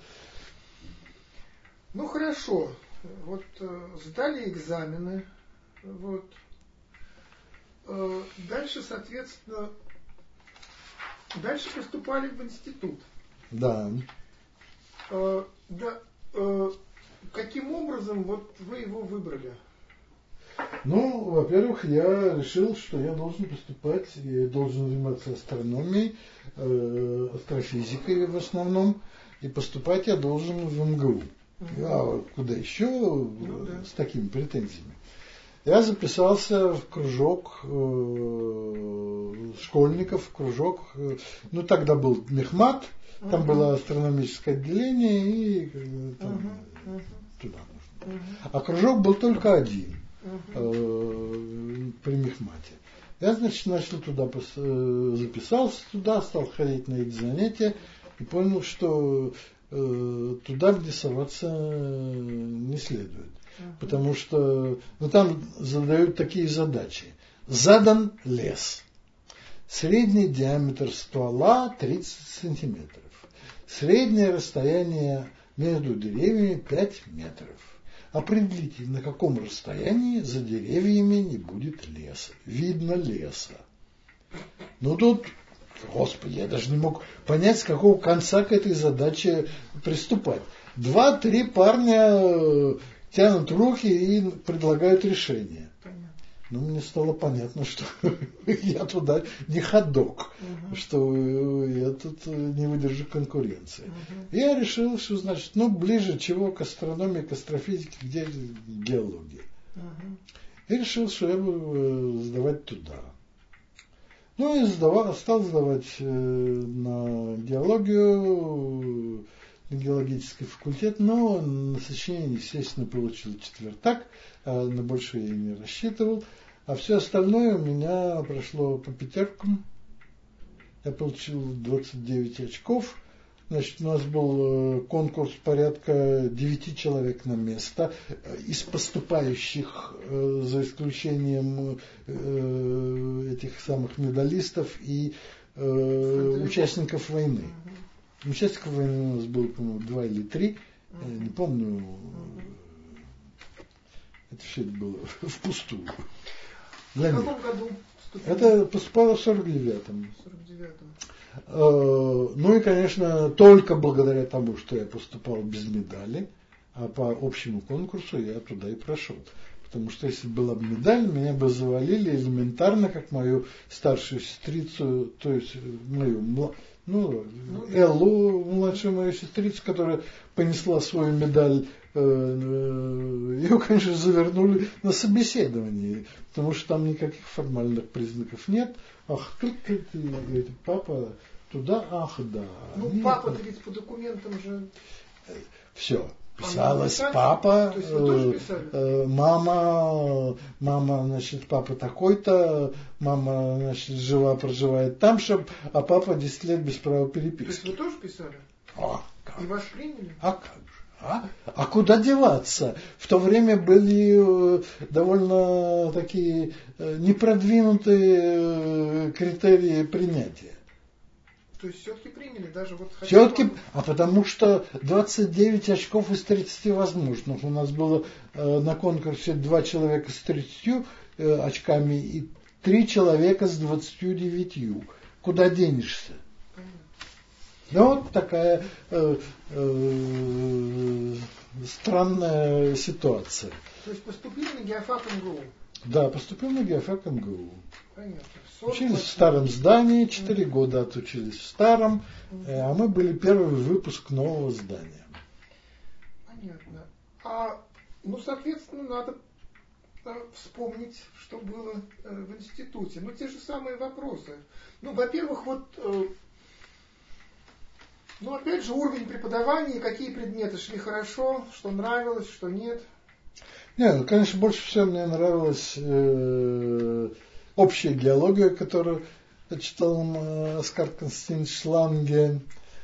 Ну хорошо. Вот э, сдали экзамены. Вот. Э, дальше, соответственно, дальше поступали в институт. Да. Э, да. Э, каким образом вот вы его выбрали? Ну, во-первых, я решил, что я должен поступать, я должен заниматься астрономией, э, астрофизикой в основном, и поступать я должен в эм гэ у. Uh-huh. А куда еще ну, да. с такими претензиями? Я записался в кружок э, школьников, в кружок, э, ну тогда был мехмат, uh-huh. там было астрономическое отделение, и э, там, uh-huh. Uh-huh. туда нужно. Uh-huh. А кружок был только один. Uh-huh. При мехмате. Я, значит, начал туда, записался туда, стал ходить на эти занятия и понял, что э, туда мне соваться не следует. Uh-huh. Потому что ну, там задают такие задачи. Задан лес. Средний диаметр ствола тридцать сантиметров. Среднее расстояние между деревьями пять метров. Определите, на каком расстоянии за деревьями не будет леса. Видно леса. Ну тут, господи, я даже не мог понять, с какого конца к этой задаче приступать. Два-три парня тянут руки и предлагают решение. Ну, мне стало понятно, что я туда не ходок, uh-huh. что я тут не выдержу конкуренции. Uh-huh. И я решил, что, значит, ну, ближе чего к астрономии, к астрофизике, где геология. Uh-huh. И решил, что я буду сдавать туда. Ну, и сдавал, стал сдавать на геологию, на геологический факультет, но на сочинение, естественно, получил четвертак, а на больше я не рассчитывал. А все остальное у меня прошло по пятеркам. Я получил двадцать девять очков. Значит, у нас был конкурс порядка девяти человек на место. Из поступающих, за исключением этих самых медалистов и участников войны. Участников войны у нас было, по-моему, два или три. Я не помню. Это все было впустую. В каком году поступили? Это поступало в сорок девятом. сорок девятом. Ну и, конечно, только благодаря тому, что я поступал без медали, а по общему конкурсу я туда и прошел. Потому что если была бы медаль, меня бы завалили элементарно, как мою старшую сестрицу, то есть мою ну, ну Эллу, младшую мою сестрицу, которая понесла свою медаль. Ее, конечно, завернули на собеседование, потому что там никаких формальных признаков нет. Ах, тут, тут папа туда, ах, да. Ну, нет, папа-то ведь по документам же... Все. Писалось А папа, то есть вы тоже писали? э, мама, мама, значит, папа такой-то, мама, значит, жива, проживает там же, а папа десять лет без права переписки. То есть вы тоже писали? А, как? И вас приняли? А как же? А? а куда деваться? В то время были довольно такие непродвинутые критерии принятия. То есть все-таки приняли, даже вот... Все-таки, а потому что двадцать девять очков из тридцати возможных. У нас было э, на конкурсе два человека с тридцатью э, очками и три человека с двадцатью девятью. Куда денешься? Ну, вот такая э, э, странная ситуация. То есть поступили на геофак эм гэ у? Да, поступил на геофак эм гэ у. Понятно. Учились в старом здании, четыре mm-hmm. года отучились в старом, mm-hmm. а мы были первый выпуск нового здания. Понятно. А, ну, соответственно, надо э, вспомнить, что было э, в институте. Ну, те же самые вопросы. Ну, во-первых, вот, э, ну, опять же, уровень преподавания, какие предметы шли хорошо, что нравилось, что нет. Нет, ну, конечно, больше всего мне нравилась э, общая геология, которую читал э, Оскар Константинович Ланге.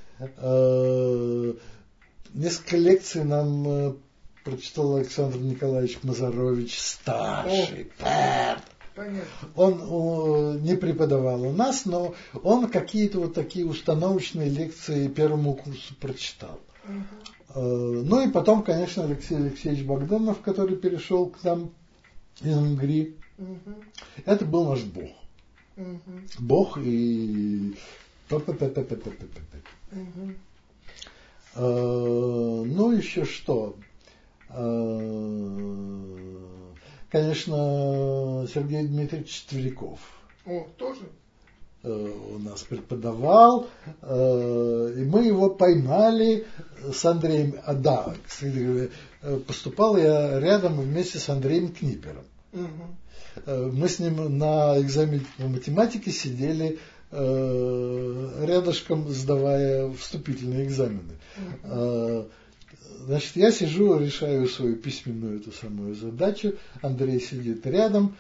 Э, несколько лекций нам э, прочитал Александр Николаевич Мазарович, старший, пэр. Понятно. Он э, не преподавал у нас, но он какие-то вот такие установочные лекции первому курсу прочитал. Угу. Ну и потом, конечно, Алексей Алексеевич Богданов, который перешел к нам из МГРИ. Угу. Это был наш Бог. Угу. Бог и... Угу. Ну, еще что? Конечно, Сергей Дмитриевич Тверяков. О, тоже? У нас преподавал, и мы его поймали с Андреем, а да, кстати, поступал я рядом вместе с Андреем Книпером. Угу. Мы с ним на экзамене по математике сидели рядышком, сдавая вступительные экзамены. Угу. Значит, я сижу, решаю свою письменную эту самую задачу, Андрей сидит рядом,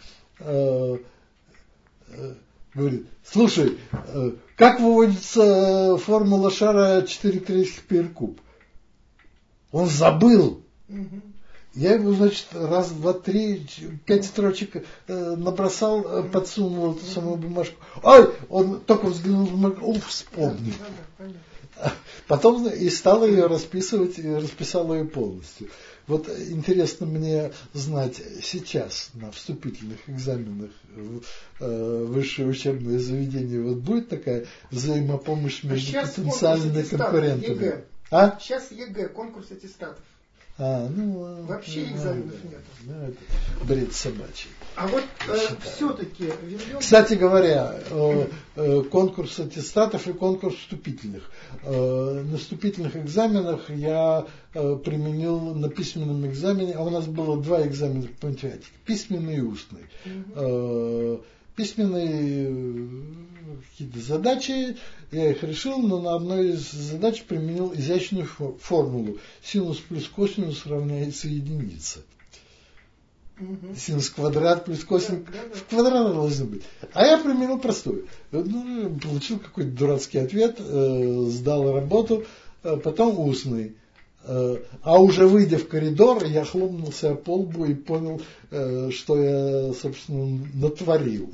говорит: слушай, как выводится формула шара четыре третьих пи куб? Он забыл. Угу. Я ему, значит, раз, два, три, пять строчек набросал, подсунул эту самую бумажку. Ай, он только взглянул в бумажку, уф, вспомнил. Потом и стал ее расписывать, и расписал ее полностью. Вот интересно мне знать сейчас на вступительных экзаменах в э, высшее учебное заведение, вот будет такая взаимопомощь между сейчас потенциальными конкурентами? ЕГЭ. А? Сейчас ЕГЭ, конкурс аттестатов. А, ну, вообще ну, экзаменов да, нет. Ну, это бред собачий. А вот э, все-таки... Вернемся... Кстати говоря, э, э, конкурс аттестатов и конкурс вступительных. Э, на вступительных экзаменах я э, применил на письменном экзамене, а у нас было два экзамена по математике, письменный и устный. Угу. Э, письменные какие-то задачи, я их решил, но на одной из задач применил изящную формулу. Синус плюс косинус равняется единице. Угу. Синус квадрат плюс косинус, да, да, да. В квадрат должно быть. А я применил простую. Ну, получил какой-то дурацкий ответ, э, сдал работу, э, потом устный. Э, а уже выйдя в коридор, я хлопнулся по лбу и понял, э, что я, собственно, натворил.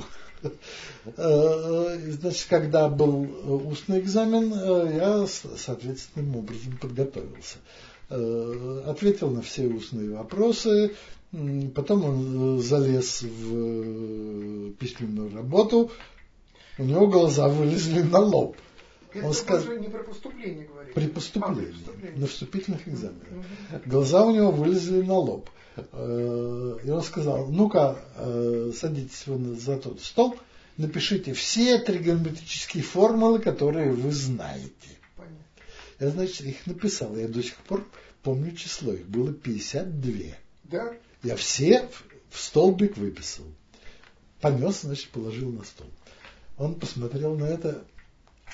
Значит, когда был устный экзамен, я соответственным образом подготовился. Ответил на все устные вопросы, потом он залез в письменную работу, у него глаза вылезли на лоб. Это он сказал, не про поступление говорили. При поступлении, а, при поступлении. На вступительных экзаменах. Угу. Глаза у него вылезли на лоб. И он сказал: ну-ка, садитесь вон за тот стол, напишите все тригонометрические формулы, которые вы знаете. Понятно. Я, значит, их написал. Я до сих пор помню число. Их было пятьдесят два. Да? Я все в столбик выписал. Понес, значит, положил на стол. Он посмотрел на это.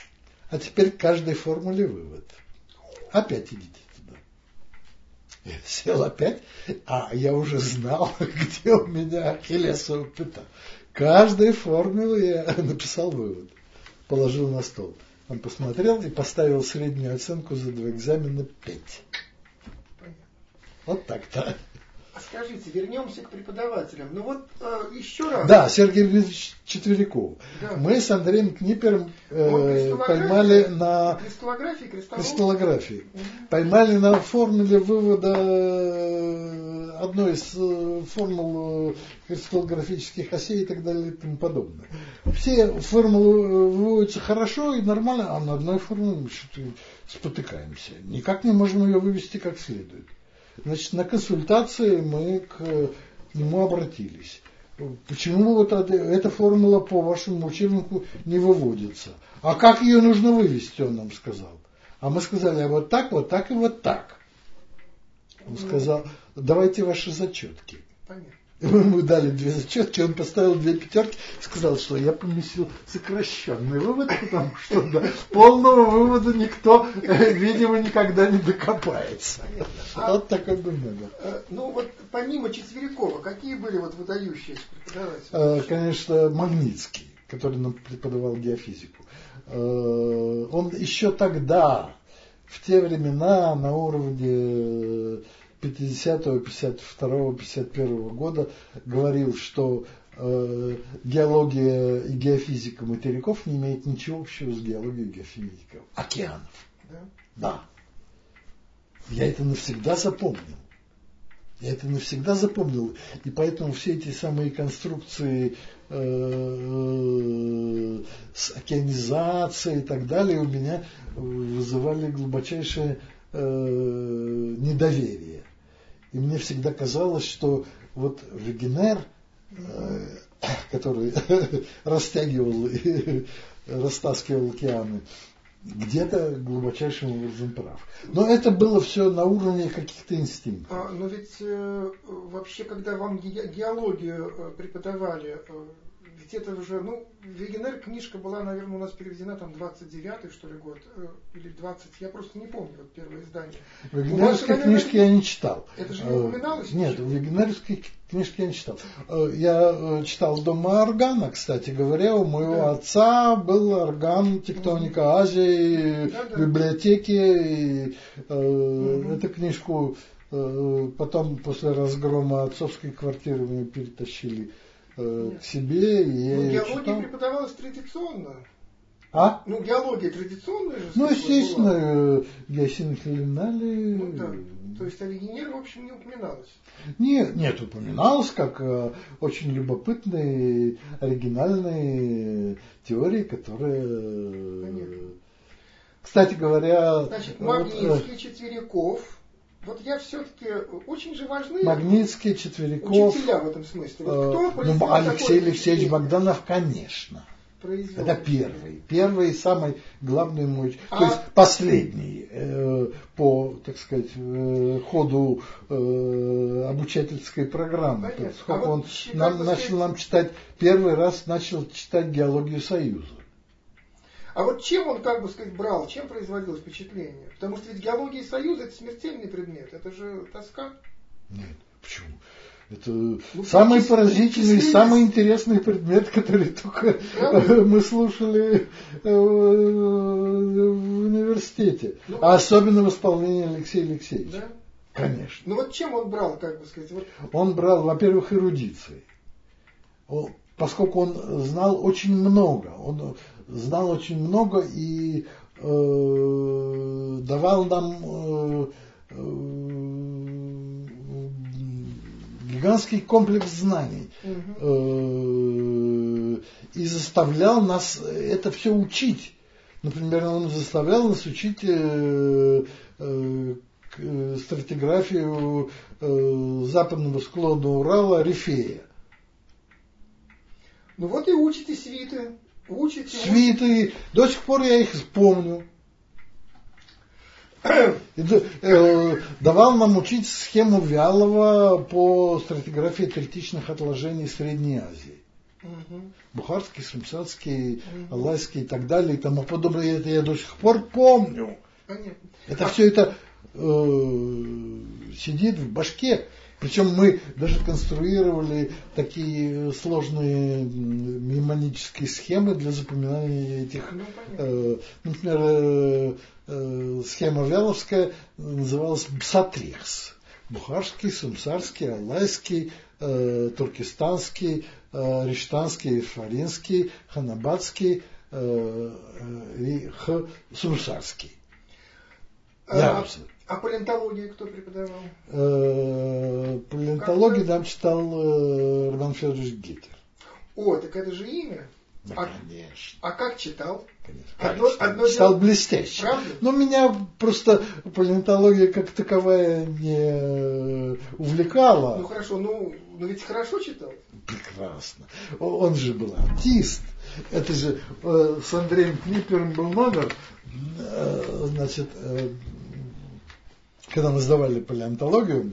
А теперь к каждой формуле вывод. Опять идите туда. Я сел опять, а я уже знал, где у меня ахиллесова пята. Каждой формуле я написал вывод. Положил на стол. Он посмотрел и поставил среднюю оценку за два экзамена пять. Понятно. Вот так-то. А скажите, вернемся к преподавателям. Ну вот э, еще раз. Да, Сергей Ильич Четверяков. Да. Мы с Андреем Книпером э, Он поймали на кристаллографии, кристаллографии. Угу. Поймали на формуле вывода одной из формул кристаллографических осей и так далее и тому подобное. Все формулы выводятся хорошо и нормально, а на одной формуле мы что-то спотыкаемся. Никак не можем ее вывести как следует. Значит, на консультации мы к нему обратились. Почему вот эта формула по вашему учебнику не выводится? А как ее нужно вывести, он нам сказал. А мы сказали, а вот так, вот так и вот так. Он сказал, давайте ваши зачетки. Понятно. Мы ему дали две зачетки, он поставил две пятерки, сказал, что я поместил сокращенный вывод, потому что до полного вывода никто, видимо, никогда не докопается. А, вот такой был номер. Ну вот помимо Четверякова, какие были вот выдающиеся преподаватели? Конечно, Магнитский, который нам преподавал геофизику. Он еще тогда, в те времена, на уровне пятидесятого, пятьдесят второго, пятьдесят первого года говорил, что э, геология и геофизика материков не имеет ничего общего с геологией и геофизикой океанов. Да? Да. Я это навсегда запомнил. Я это навсегда запомнил. И поэтому все эти самые конструкции э, с океанизацией и так далее у меня вызывали глубочайшее э, недоверие. И мне всегда казалось, что вот Вегенер, э, который растягивал и растаскивал океаны, где-то глубочайшим образом прав. Но это было все на уровне каких-то инстинктов. А, но ведь э, вообще, когда вам ге- геологию э, преподавали, э, где-то уже, ну, Вегенер книжка была, наверное, у нас переведена там двадцать девятый, что ли, год, э, или двадцать, я просто не помню, вот первое издание. Вегенерской книжки я не читал. Это же не упоминалось? Нет, Вегенерской книжки я не читал. Я читал «Дома органа», кстати говоря, у моего да. отца был орган «Тектоника Азии», да, да. в библиотеке. И, э, угу. Эту книжку э, потом, после разгрома отцовской квартиры, мы перетащили э, к себе. И я ну, геология читал. Преподавалась традиционно. А? Ну, геология традиционная же. Ну, естественно, геосинклинали. Ну, да. То есть о Вегенере, в общем, не упоминалось. Нет, нет, упоминалось как э, очень любопытные, оригинальные теории, которые... Понятно. Кстати говоря... Значит, Магнитский, вот, э, Четверяков. Вот я все-таки очень же важны... Магнитский, Четверяков... Учителя в этом смысле. Вот кто э, ну, Алексей Алексеевич Богданов, конечно. Произвел. Это первый. Первый, самый главный мой, а... то есть последний э, по, так сказать, э, ходу э, обучательской программы. Сколько а он вот, нам, начал нам читать, первый раз начал читать геологию Союза. А вот чем он, как бы сказать, брал, чем производил впечатление? Потому что ведь геология Союза это смертельный предмет, это же тоска. Нет, почему? Это ну, самый поразительный, самый интересный предмет, который только Правда? мы слушали в университете. Ну, а особенно в исполнении Алексея Алексеевича. Да? Конечно. Ну вот чем он брал, как бы сказать? Вот... Он брал, во-первых, эрудицией. Он, поскольку он знал очень много. Он знал очень много и э, давал нам... Э, э, гигантский комплекс знаний. Uh-huh. И заставлял нас это все учить. Например, он заставлял нас учить стратиграфию западного склона Урала Рифея. Ну вот и учите свиты. Учите, свиты. Учите. До сих пор я их помню. Давал нам учить схему Вялова по стратиграфии третичных отложений Средней Азии. Угу. Бухарский, Сумсарский, угу. Алайский и так далее и тому подобное. Это я до сих пор помню. Понятно. Это а... все это э, сидит в башке. Причем мы даже конструировали такие сложные мнемонические схемы для запоминания этих. Ну, э, например, э, э, схема Вяловская называлась Псатрихс. Бухарский, Сумсарский, Алайский, э, Туркестанский, э, Риштанский, Фаринский, Ханабадский э, э, и Х, Сумсарский. А, а палеонтологию кто преподавал? Э, палеонтологию нам читал э, Роман Федорович Геккер. О, так это же имя. Да, а, конечно. А как читал? Конечно. Одно, читал, одно читал дело... блестяще. Правда? Но меня просто палеонтология как таковая не увлекала. Ну хорошо, ну, ну ведь хорошо читал. Прекрасно. Он же был артист. Это же э, с Андреем Книпером был номер. Э, значит, э, когда мы сдавали палеонтологию.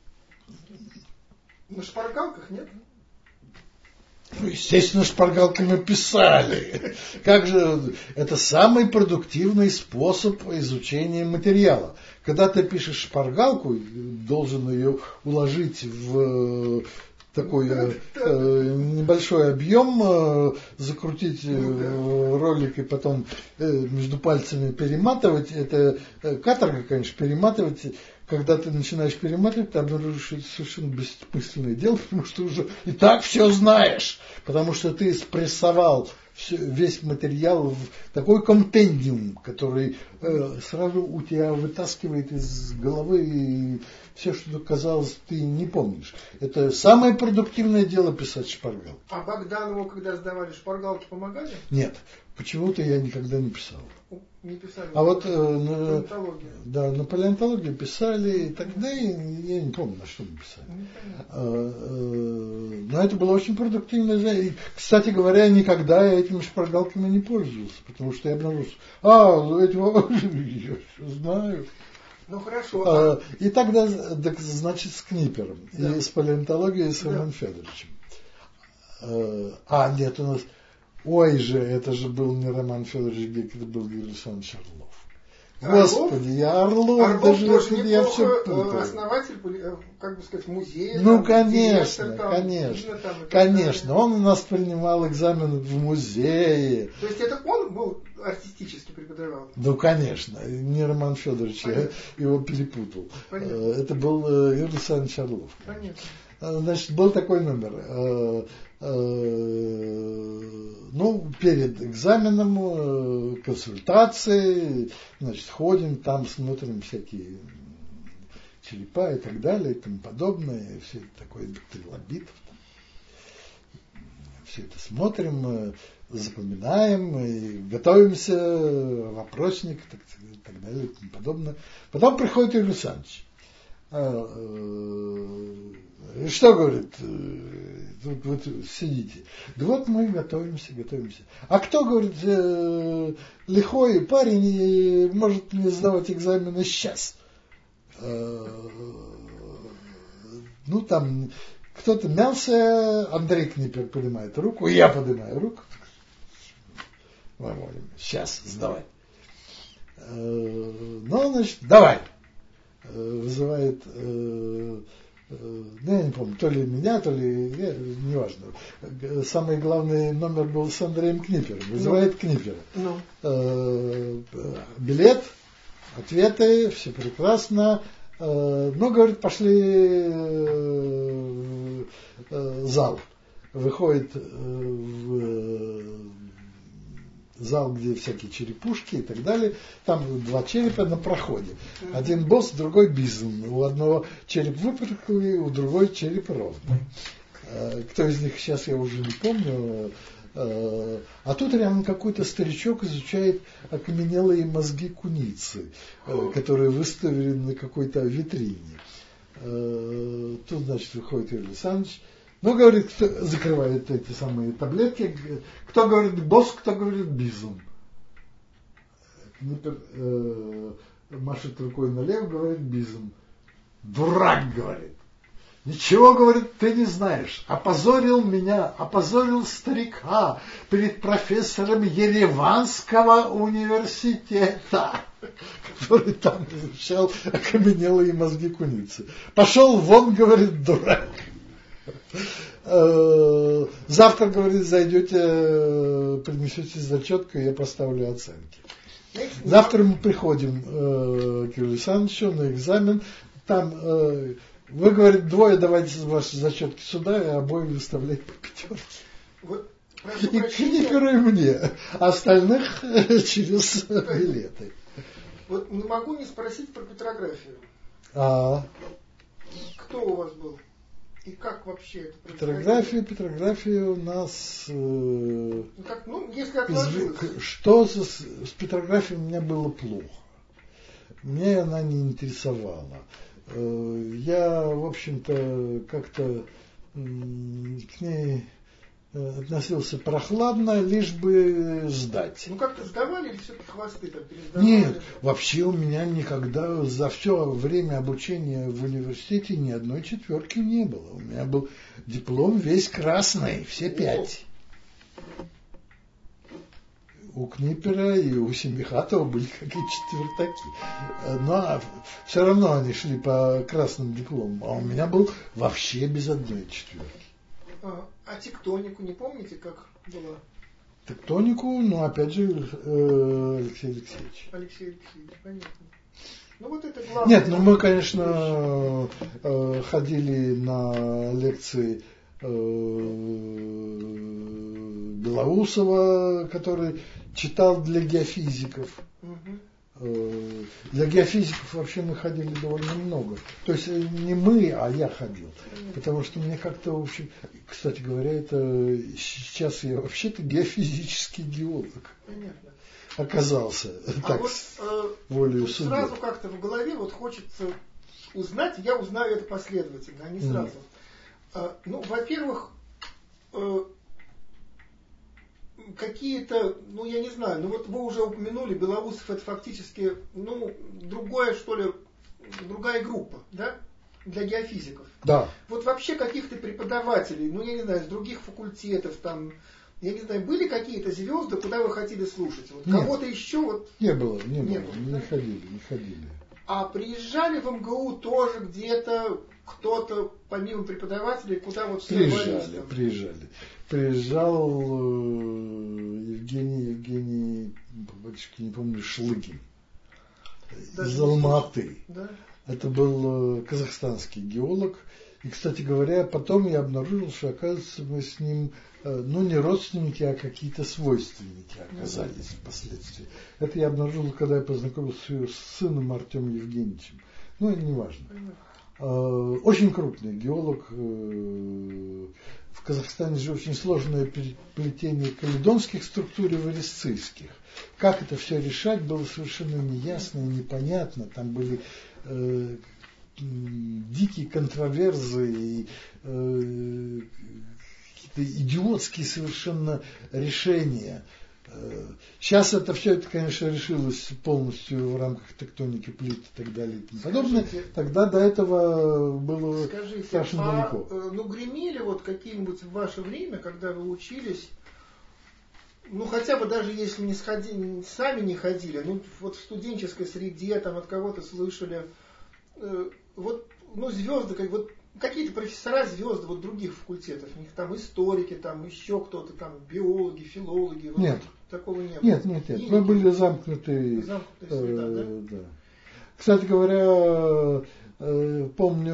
На шпаргалках, нет? Ну, естественно, шпаргалки мы писали. Как же, это самый продуктивный способ изучения материала. Когда ты пишешь шпаргалку, должен ее уложить в такой э, э, небольшой объем, э, закрутить э, ролик и потом э, между пальцами перематывать. Это э, каторга, конечно, перематывать. Когда ты начинаешь перематывать, ты обнаружишь, что это совершенно бессмысленное дело, потому что уже и так все знаешь, потому что ты спрессовал все, весь материал в такой компендиум, который э, сразу у тебя вытаскивает из головы и все, что казалось, ты не помнишь. Это самое продуктивное дело писать шпаргалки. А Богданову, когда сдавали, шпаргалки помогали? Нет, почему-то я никогда не писал. Не писали. А вот э, на, да, на палеонтологию писали, и тогда я, я не помню, на что мы писали. А, э, но это было очень продуктивно. И, кстати говоря, никогда я этими шпаргалками не пользовался, потому что я обнаружил, а, этого я знаю. Ну хорошо. А, и тогда, так, значит, с Книпером, да. И с палеонтологией, и с Романом да. Федоровичем. А, а, нет, у нас... Ой же, это же был не Роман Федорович Геккер, это был Юрий Александрович Орлов. Господи, я Орлов, Орлов даже тоже это, я все путаю. Основатель, как бы сказать, музея. Ну, там, конечно, директор, там, конечно, там, конечно. Он у нас принимал экзамены в музее. То есть это он был артистически преподавал? Ну, конечно, не Роман Федорович, я его перепутал. Понятно. Это был Юрий Александрович Орлов. Понятно. Значит, был такой номер. Ну, перед экзаменом консультации, значит, ходим, там смотрим всякие черепа и так далее, и тому подобное, все это такое трилобитов. Все это смотрим, запоминаем, и готовимся, вопросник и так, и так далее, и тому подобное. Потом приходит Юрий Александрович. Что говорит, тут вот сидите. Да вот мы готовимся, готовимся. А кто, говорит, э, лихой парень и может мне сдавать экзамены сейчас? Э, ну, там кто-то мялся, Андрей Книпер поднимает руку, я поднимаю руку. Сейчас, сдавай. Э, ну, значит, давай. Вызывает, э, э, ну, я не помню, то ли меня, то ли, я, неважно. Самый главный номер был с Андреем Книпером. Вызывает ну, Книпера. Ну. Э, билет, ответы, все прекрасно. Э, ну, говорит, пошли э, э, зал. Выходит э, в зал, где всякие черепушки и так далее. Там два черепа на проходе. Один босс, другой бизон. У одного череп выпуклый, у другой череп ровный. Кто из них сейчас я уже не помню. А тут рядом какой-то старичок изучает окаменелые мозги куницы, которые выставлены на какой-то витрине. Тут, значит, выходит Юрий Александрович. Ну, говорит, кто закрывает эти самые таблетки. Кто говорит босс, кто говорит бизон. Книпер э, машет рукой налево, говорит бизон. Дурак, говорит. Ничего, говорит, ты не знаешь. Опозорил меня, опозорил старика перед профессором Ереванского университета, который там изучал окаменелые мозги куницы. Пошел вон, говорит, дурак. Завтра, говорит, зайдете, принесете зачетку, и я поставлю оценки. Завтра мы приходим к Юрию Александровичу на экзамен. Там вы, говорит, двое давайте ваши зачетки сюда, и обои выставляйте по пятерке. Вот, и Книферу и мне, а остальных через билеты. Вот не могу не спросить про петрографию. А. Кто у вас был? И как вообще это происходило? Петрография, петрография у нас... Э, как, ну, если отложилось. Что с, с петрографией у меня было плохо. Меня она не интересовала. Э, я, в общем-то, как-то э, к ней относился прохладно, лишь бы сдать. Ну как-то сдавали или все-таки хвосты там пересдавали? Нет, вообще у меня никогда за все время обучения в университете ни одной четверки не было. У меня был диплом весь красный, все пять. У Книпера и у Семихатова были какие-то четвертаки. Но все равно они шли по красным дипломам. А у меня был вообще без одной четверки. А, а тектонику не помните, как было? Тектонику, ну, опять же, э, Алексей Алексеевич. Алексей Алексеевич, понятно. Ну, вот это главное. Нет, ну мы, конечно, э, ходили на лекции э, Белоусова, который читал для геофизиков. Угу. Для геофизиков вообще мы ходили довольно много. То есть не мы, а я ходил. Потому что мне как-то, в общем, кстати говоря, это сейчас я вообще-то геофизический геолог. Понятно. Оказался. А так, вот, э, волею вот судьбы. Сразу как-то в голове вот хочется узнать, я узнаю это последовательно, а не сразу. Mm. А, ну, во-первых, э, какие-то, ну я не знаю, ну вот вы уже упомянули, Белоусов это фактически, ну, другое, что ли, другая группа, да, для геофизиков. Да. Вот вообще каких-то преподавателей, ну я не знаю, с других факультетов, там, я не знаю, были какие-то звезды, куда вы хотели слушать? Вот кого-то еще вот... Не было, не, не было, было, не да? ходили, не ходили. А приезжали в МГУ тоже где-то кто-то, помимо преподавателей, куда вот... Приезжали, приезжали. Приезжал э, Евгений, Евгений, батюшки, не помню, Шлыгин. Даже из Алматы. Да? Это был э, казахстанский геолог. И, кстати говоря, потом я обнаружил, что, оказывается, мы с ним, э, ну, не родственники, а какие-то свойственники оказались mm-hmm. впоследствии. Это я обнаружил, когда я познакомился с сыном Артемом Евгеньевичем. Ну, это не важно. Mm-hmm. Э, очень крупный геолог. Э, в Казахстане же очень сложное переплетение каледонских структур и варисцийских. Как это все решать, было совершенно неясно и непонятно. Там были э, дикие контроверзы и э, какие-то идиотские совершенно решения. Сейчас это все, это, конечно, решилось полностью в рамках тектоники плит и так далее и тому подобное. Тогда до этого было Скажите, страшно а, далеко. Ну, гремели вот какие-нибудь в ваше время, когда вы учились, ну, хотя бы даже если не сходили, сами не ходили, ну, вот в студенческой среде, там, от кого-то слышали, э, вот, ну, звезды, как, вот, какие-то профессора звезды вот других факультетов, у них там историки, там еще кто-то, там биологи, филологи. Вот, нет. Такого не было. Нет, нет, нет. Мы были замкнутые. Замкнутая среда, э, да? Да. Кстати говоря, э,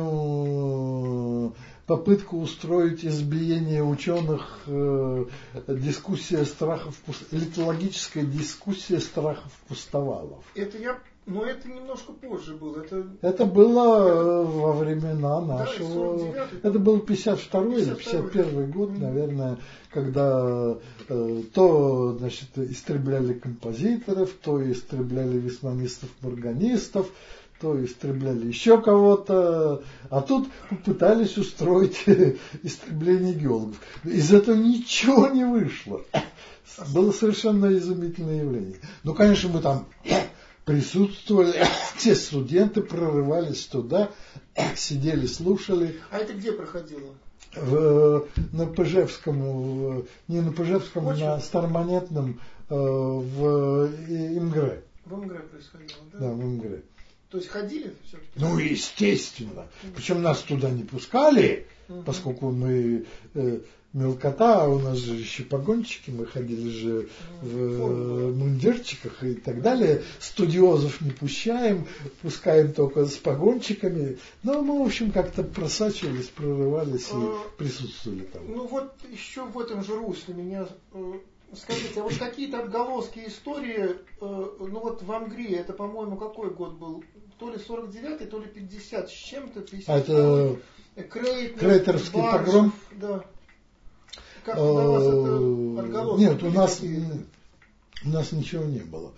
помню попытку устроить избиение ученых, э, дискуссия страхов, литологическая дискуссия страхов пустовалов. Это я, но это немножко позже было. Это, это было во времена нашего. Да, это был пятьдесят второй или пятьдесят первый год, mm-hmm. наверное, когда э, то, значит, истребляли композиторов, то истребляли весьманистов-морганистов, то истребляли еще кого-то, а тут попытались устроить истребление геологов. Из этого ничего не вышло. Было совершенно изумительное явление. Ну, конечно, мы там присутствовали, те студенты прорывались туда, сидели, слушали. А это где проходило? В, на Пыжевском, в, не на Пыжевском, Очень. на Старомонетном, в ИМГР. В ИМГР происходило, да? Да, в ИМГР. То есть ходили все-таки? Ну, естественно. Причем нас туда не пускали, угу. поскольку мы э, мелкота, а у нас же еще погонщики, мы ходили же в э, мундирчиках и так далее. Студиозов не пущаем, пускаем только с погонщиками. Но мы, в общем, как-то просачивались, прорывались и присутствовали там. Ну вот еще в этом же русле меня... Скажите, а вот какие-то отголоски истории, ну вот в Амгре, это, по-моему, какой год был? То ли сорок девятый, то ли пятьдесят с чем-то. А это Крейтер, Крейтерский Баржев, погром? Да. Как у вас это отголоски? Нет, у нас, у нас ничего не было.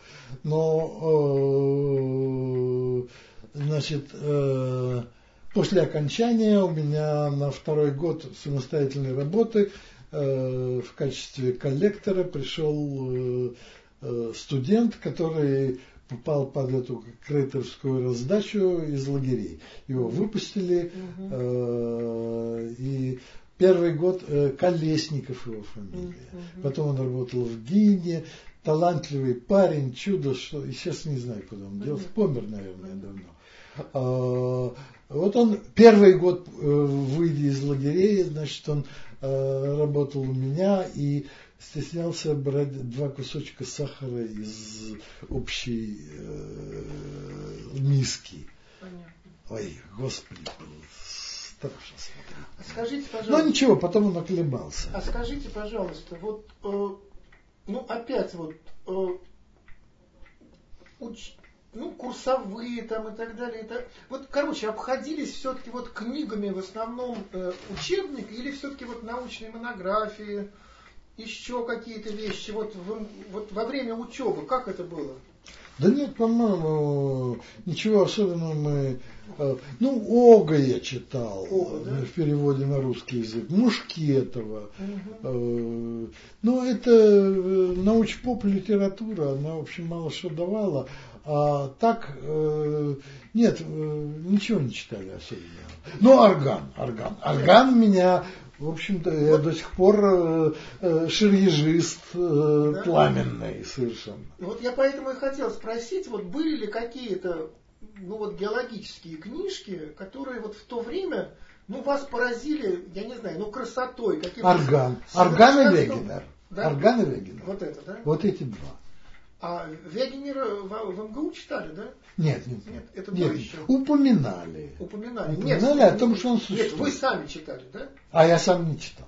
Но, значит, после окончания у меня на второй год самостоятельной работы в качестве коллектора пришел студент, который попал под эту крейтерскую раздачу из лагерей. Его выпустили, uh-huh. и первый год Колесников его фамилия. Uh-huh. Потом он работал в ГИНе, талантливый парень, чудо, что и сейчас не знаю, куда он делся, помер, наверное, давно. А, вот он первый год, выйдя из лагерей, значит, он работал у меня и стеснялся брать два кусочка сахара из общей э, миски. Понятно. Ой, господи, страшно смотреть. А скажите, пожалуйста. Ну ничего, потом он оклемался. А скажите, пожалуйста, вот, э, ну опять вот, э, уч, ну курсовые там и так далее. И так, вот, короче, обходились все-таки вот книгами в основном э, учебник или все-таки вот научные монографии? Еще какие-то вещи вот, в, вот во время учебы, как это было? Да нет, по-моему, ничего особенного мы... Ну, Ога я читал, Ога, да? В переводе на русский язык, Мушкетова. Угу. Ну, это научпоп литература, она, в общем, мало что давала. А так, нет, ничего не читали особенного. Ну, орган, орган. Орган меня... В общем-то, я вот. До сих пор э, э, ширьежист э, да? Пламенный совершенно. Вот я поэтому и хотел спросить, вот были ли какие-то, ну вот геологические книжки, которые вот в то время, ну вас поразили, я не знаю, ну красотой, каким-то... Орган. Орган и Вегенер. Да? Орган и Вегенер. Вот это, да? Вот эти два. А Вегенера в, в МГУ читали, да? Нет, нет. Нет, это нет, было еще. Упоминали. Упоминали. Упоминали нет, о том, что он существует. Нет, вы сами читали, да? А я сам не читал.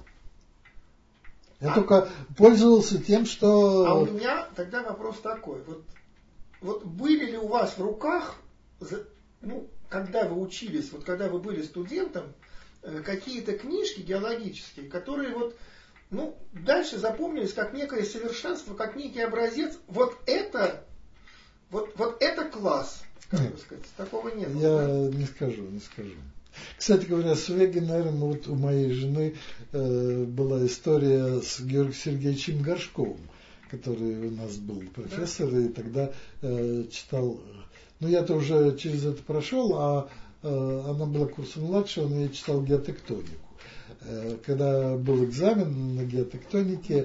Я а, только пользовался тем, что... А у меня тогда вопрос такой. Вот, вот были ли у вас в руках, ну, когда вы учились, вот когда вы были студентом, какие-то книжки геологические, которые вот, ну, дальше запомнились как некое совершенство, как некий образец. Вот это, вот, вот это класс, как бы сказать, такого нет. Я да? не скажу, не скажу. Кстати говоря, с Вегенером, вот у моей жены э, была история с Георгием Сергеевичем Горшковым, который у нас был профессор, да? И тогда э, читал, ну я-то уже через это прошел, а э, она была курсом младше, он ей читал геотектонику. Когда был экзамен на геотектонике,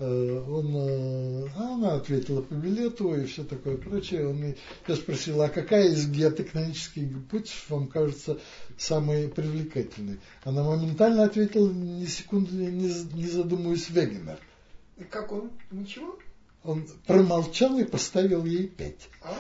он, она ответила по билету и все такое прочее. Он, я спросил, а какая из геотектонических гипотез вам кажется самой привлекательной? Она моментально ответила, ни секунды не, не задумываясь, Вегенер. И как он? Ничего? Он промолчал и поставил ей пять. А?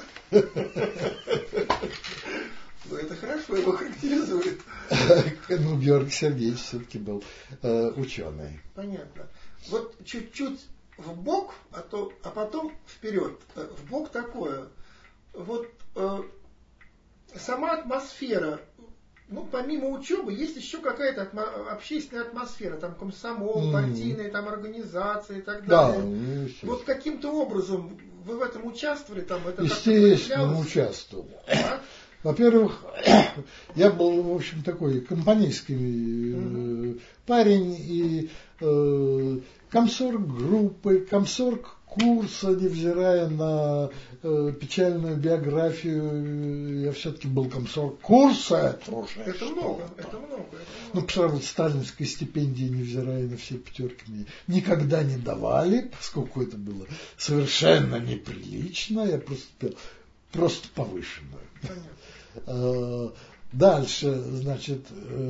Ну, это хорошо, его характеризует. Ну, Георгий Сергеевич все-таки был э, ученый. Понятно. Вот чуть-чуть в бок, а, то, а потом вперед. В бок такое. Вот э, сама атмосфера, ну, помимо учебы, есть еще какая-то атмо- общественная атмосфера, там комсомол, mm-hmm. партийные там организации и так далее. Да, ну, вот каким-то образом вы в этом участвовали? Там, это естественно, участвовал. А? Во-первых, я был, в общем, такой компанейский mm-hmm. парень, и э, комсорг группы, комсорг курса, невзирая на э, печальную биографию, я все-таки был комсорг курса. Это уже это много, это много, это много. Ну, потому что сталинской стипендии, невзирая на все пятерки, мне никогда не давали, поскольку это было совершенно неприлично, я просто пел просто повышенную. Понятно. Дальше, значит,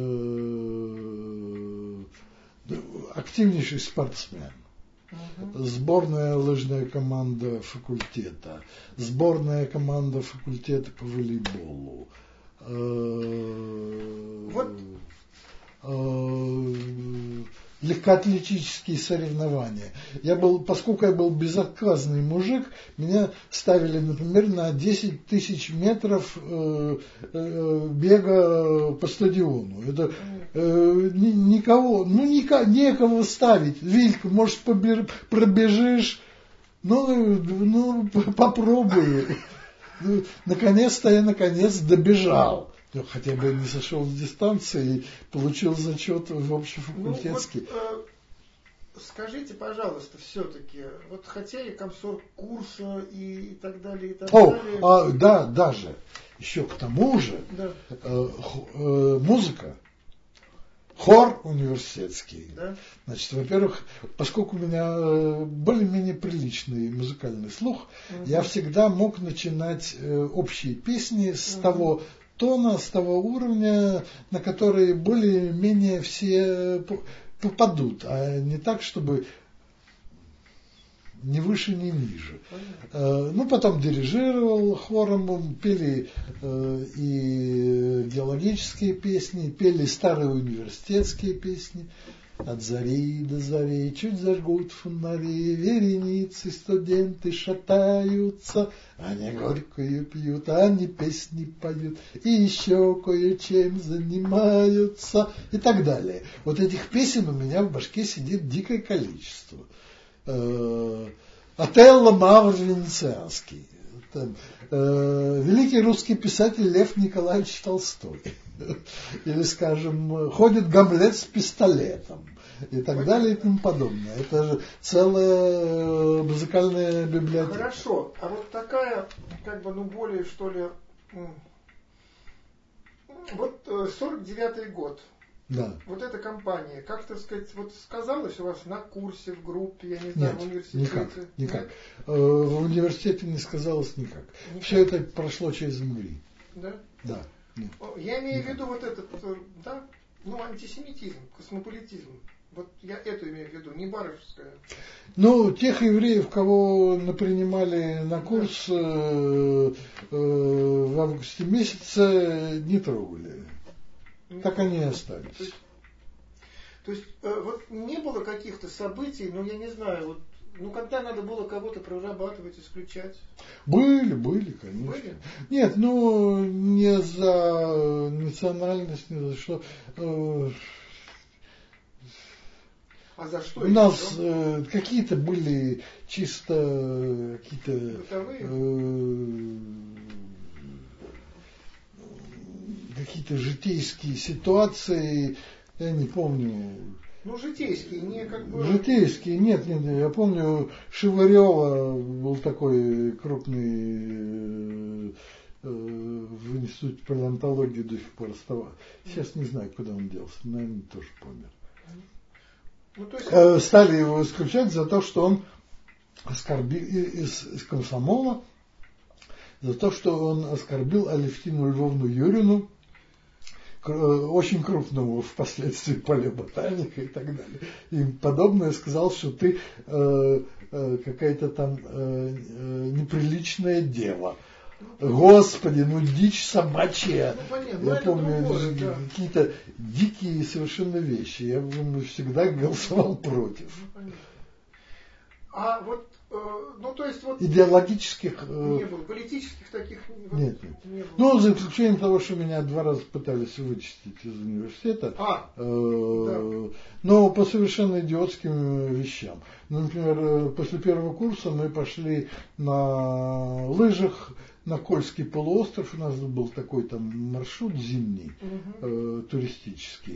активнейший спортсмен. Угу. Сборная лыжная команда факультета, сборная команда факультета по волейболу. Вот. Легкоатлетические соревнования. Я был, поскольку я был безотказный мужик, меня ставили, например, на десять тысяч метров э, э, бега по стадиону. Это э, ни, никого, ну ника, некого ставить. Вилька, может, побеж, пробежишь, ну, ну попробуй. Наконец-то я наконец добежал. Хотя бы не сошел с дистанции и получил зачет в общефакультетский. Ну, вот, э, скажите, пожалуйста, все-таки, вот хотя и комсорг курса и, и так далее, и так О, далее. А, да, даже. Еще к тому же да. э, э, музыка. Хор университетский. Да? Значит, во-первых, поскольку у меня более-менее приличный музыкальный слух, угу. я всегда мог начинать э, общие песни с угу. того тона, с того уровня, на который более-менее все попадут, а не так, чтобы ни выше, ни ниже. Понятно. Ну, потом дирижировал хором, пели э, и геологические песни, пели старые университетские песни. От зари до зари чуть зажгут фонари, вереницы студенты шатаются, они горькую пьют, они песни поют, и еще кое-чем занимаются, и так далее. Вот этих песен у меня в башке сидит дикое количество. Отелло Мавр Венецианский. Там, э, великий русский писатель Лев Николаевич Толстой. Или, скажем, ходит Гамлет с пистолетом. И так Понятно. Далее и тому подобное. Это же целая музыкальная библиотека. Хорошо. А вот такая, как бы, ну, более, что ли, вот сорок девятый год. Да. Вот эта компания, как, так сказать, вот сказалось у вас на курсе, в группе, я не знаю, Нет, в университете? Никак, никак. Нет? В университете не сказалось никак. никак. Все это прошло через МГРИ. Да? Да. Нет. Я имею в виду вот этот, да, ну, антисемитизм, космополитизм. Вот я это имею в виду, не барышевская. Ну, тех евреев, кого напринимали на курс э, э, в августе месяце, не трогали. Так они и остались. То есть, то есть э, вот не было каких-то событий, ну я не знаю, вот, ну когда надо было кого-то прорабатывать, исключать? Были, были, конечно. Были? Нет, ну не за национальность, не за что. Э, а за что? У нас э, какие-то были чисто какие-то э, какие-то житейские ситуации, я не помню. Ну, житейские, не как бы... Житейские, нет, нет, я помню, Шеварева был такой крупный э, в институте палеонтологии до сих пор оставался. Сейчас не знаю, куда он делся, наверное, тоже помер. Ну, то есть... э, стали его исключать за то, что он оскорбил из, из комсомола, за то, что он оскорбил Алевтину Львовну Юрину, очень крупному впоследствии палеоботаника и так далее. И подобное, сказал, что ты э, э, какая-то там э, э, неприличная дева. Господи, ну дичь собачья. Ну, понятно, я помню, другое, да. Какие-то дикие совершенно вещи. Я думаю, всегда голосовал против. Ну, а вот, э, ну то есть вот... Идеологических... Э, не было, политических таких... Нет, нет. Не было. Ну, за исключением того, что меня два раза пытались вычистить из университета. А, э, да. Но по совершенно идиотским вещам. Ну, например, после первого курса мы пошли на лыжах на Кольский полуостров. У нас был такой там маршрут зимний, угу. э, туристический.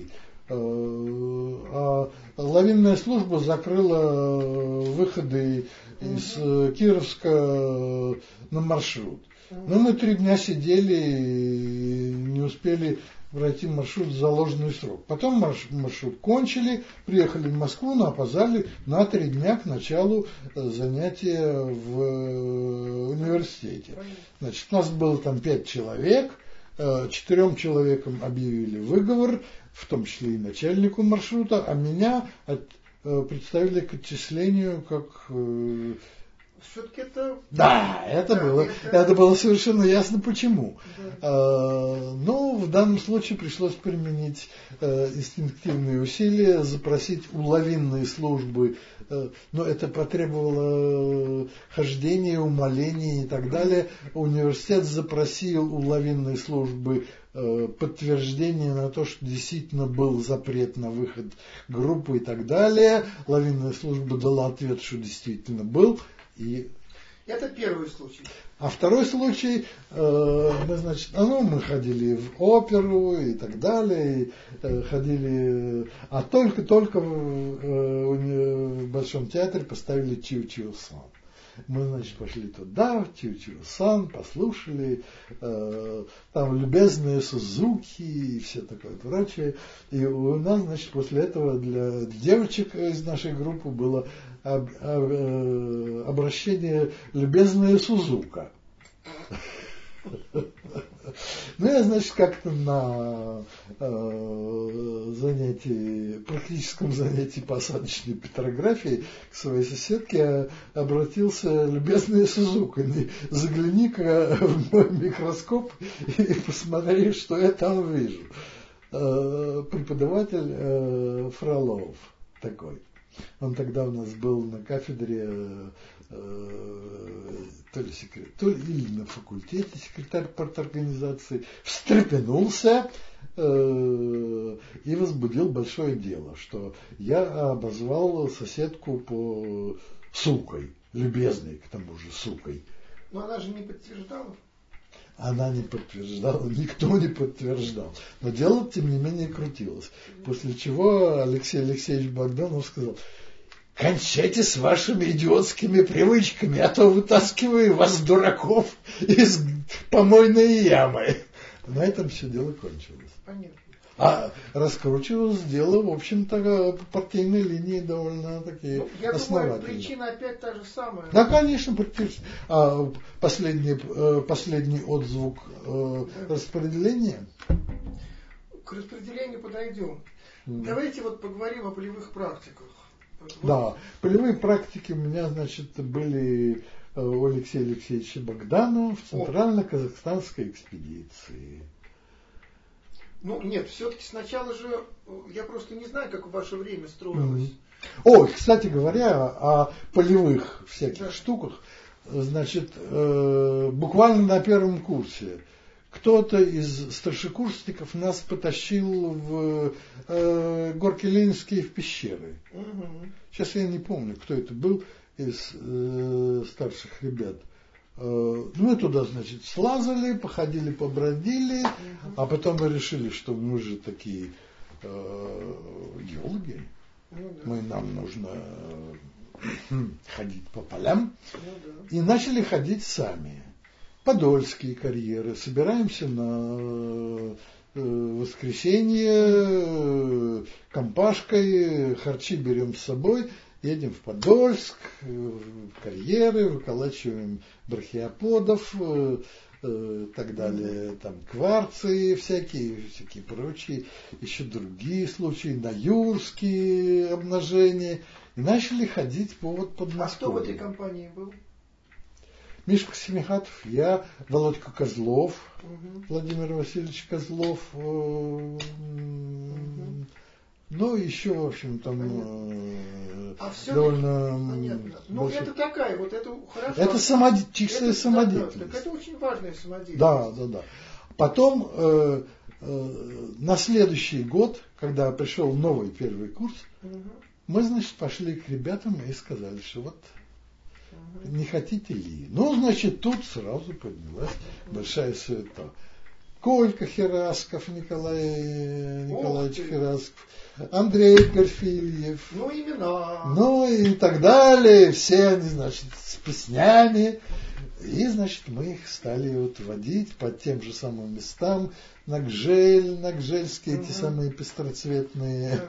А лавинная служба закрыла выходы из Кировска на маршрут. Но мы три дня сидели и не успели пройти маршрут в заложенный срок. Потом маршрут кончили, приехали в Москву, но опоздали на три дня к началу занятия в университете. Значит, у нас было там пять человек, четырем человекам объявили выговор, в том числе и начальнику маршрута, а меня от, представили к отчислению как... Все-таки это... Да, это, да, было, это... это было совершенно ясно почему. Да. А, но в данном случае пришлось применить а, инстинктивные усилия, запросить у лавинной службы, а, но это потребовало хождения, умолений и так далее. Университет запросил у лавинной службы а, подтверждение на то, что действительно был запрет на выход группы и так далее. Лавинная служба дала ответ, что действительно был. И... Это первый случай. А второй случай, э, мы, значит, ну, мы ходили в оперу и так далее, и, э, ходили, а только-только в, э, в Большом театре поставили Чиу-Чиу-сан. Мы, значит, пошли туда, в Чиу-Чиу-сан, послушали, э, там любезные Сузуки и все такое прочее. И у нас, значит, после этого для девочек из нашей группы было об, об, э, обращение любезная Сузука. Ну, я, значит, как-то на э, занятии, практическом занятии по осадочной петрографии к своей соседке обратился любезная Сузука. Загляни-ка в мой микроскоп и посмотри, что я там вижу. Э, преподаватель э, Фролов такой. Он тогда у нас был на кафедре, э, то ли секрет, то ли или на факультете, секретарь парторганизации, встрепенулся э, и возбудил большое дело, что я обозвал соседку по сукой, любезной к тому же сукой. Но она же не подтверждала. Она не подтверждала, никто не подтверждал. Но дело, тем не менее, крутилось. После чего Алексей Алексеевич Богданов сказал: кончайте с вашими идиотскими привычками, а то вытаскиваю вас, дураков, из помойной ямы. На этом все дело кончилось. Понятно. А раскручивалось дело, в общем-то, по партийной линии довольно такие ну, я основательные. Думаю, причина опять та же самая. Да, конечно, а последний, последний отзвук э, распределения. К распределению подойдем. Mm. Давайте вот поговорим о полевых практиках. Вот. Да, полевые практики у меня, значит, были у Алексея Алексеевича Богданова в Центрально-Казахстанской экспедиции. Ну, нет, все-таки сначала же, я просто не знаю, как в ваше время строилось. Mm-hmm. О, кстати говоря, о полевых всяких да. штуках, значит, э, буквально на первом курсе кто-то из старшекурсников нас потащил в э, Горки Ленинские в пещеры. Mm-hmm. Сейчас я не помню, кто это был из э, старших ребят. Мы туда, значит, слазали, походили, побродили, uh-huh. а потом мы решили, что мы же такие э, геологи, uh-huh. мы, нам нужно ходить по полям, uh-huh. и начали ходить сами. Подольские карьеры, собираемся на э, воскресенье компашкой, харчи берем с собой, едем в Подольск, в карьеры, выколачиваем брахиоподов, э, э, так далее, там кварцы всякие, всякие прочие, еще другие случаи, на юрские обнажения. И начали ходить по вот Подмосковью. А кто в этой компании был? Мишка Семихатов, я, Володька Козлов, угу. Владимир Васильевич Козлов, э, угу. Ну, еще, в общем, там э, а довольно... Понятно. Ну, больше... это такая, вот это хорошо. Это самоди... чистая это, самодеятельность. Да, да, так это очень важная самодеятельность. Да, да, да. Потом, э, э, на следующий год, когда пришел новый первый курс, угу. мы, значит, пошли к ребятам и сказали, что вот, угу. не хотите ли? Ну, значит, тут сразу поднялась угу. большая суета. Колька Херасков, Николай Николаевич Херасков, Андрей Перфильев. Ну, имена. Ну и так далее. Все они, значит, с песнями. И, значит, мы их стали вот водить по тем же самым местам. Нагжель, нагжельские, угу. Эти самые пестроцветные.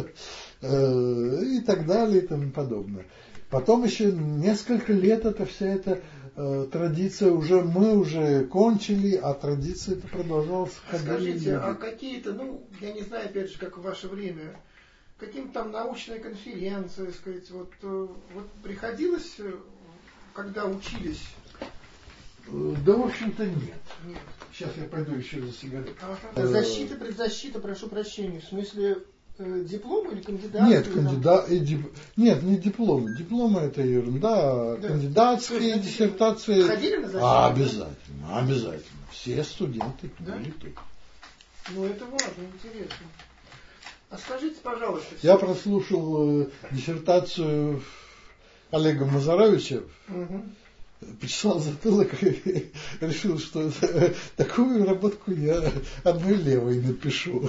И так далее и тому подобное. Потом еще несколько лет это вся эта э, традиция уже, мы уже кончили, а традиция это продолжалась. Скажите, а какие-то, ну, я не знаю, опять же, как в ваше время, каким-то там научные конференции, сказать, вот, вот приходилось, когда учились? Да, в общем-то, нет. Нет. Сейчас я пойду еще за сигаретой. Ага. Защита, предзащита, прошу прощения, в смысле... Диплом или кандидат? Нет, кандидат, дип... нет, не дипломы. Дипломы это ерунда. Да. Кандидатские есть, диссертации. Ходили на защиту? А, обязательно, обязательно. Все студенты да? были тут. Ну это важно, интересно. А скажите, пожалуйста. Я прослушал э, диссертацию Олега Мазаровича. Угу. Почесал затылок и решил, что такую работку я одной левой напишу.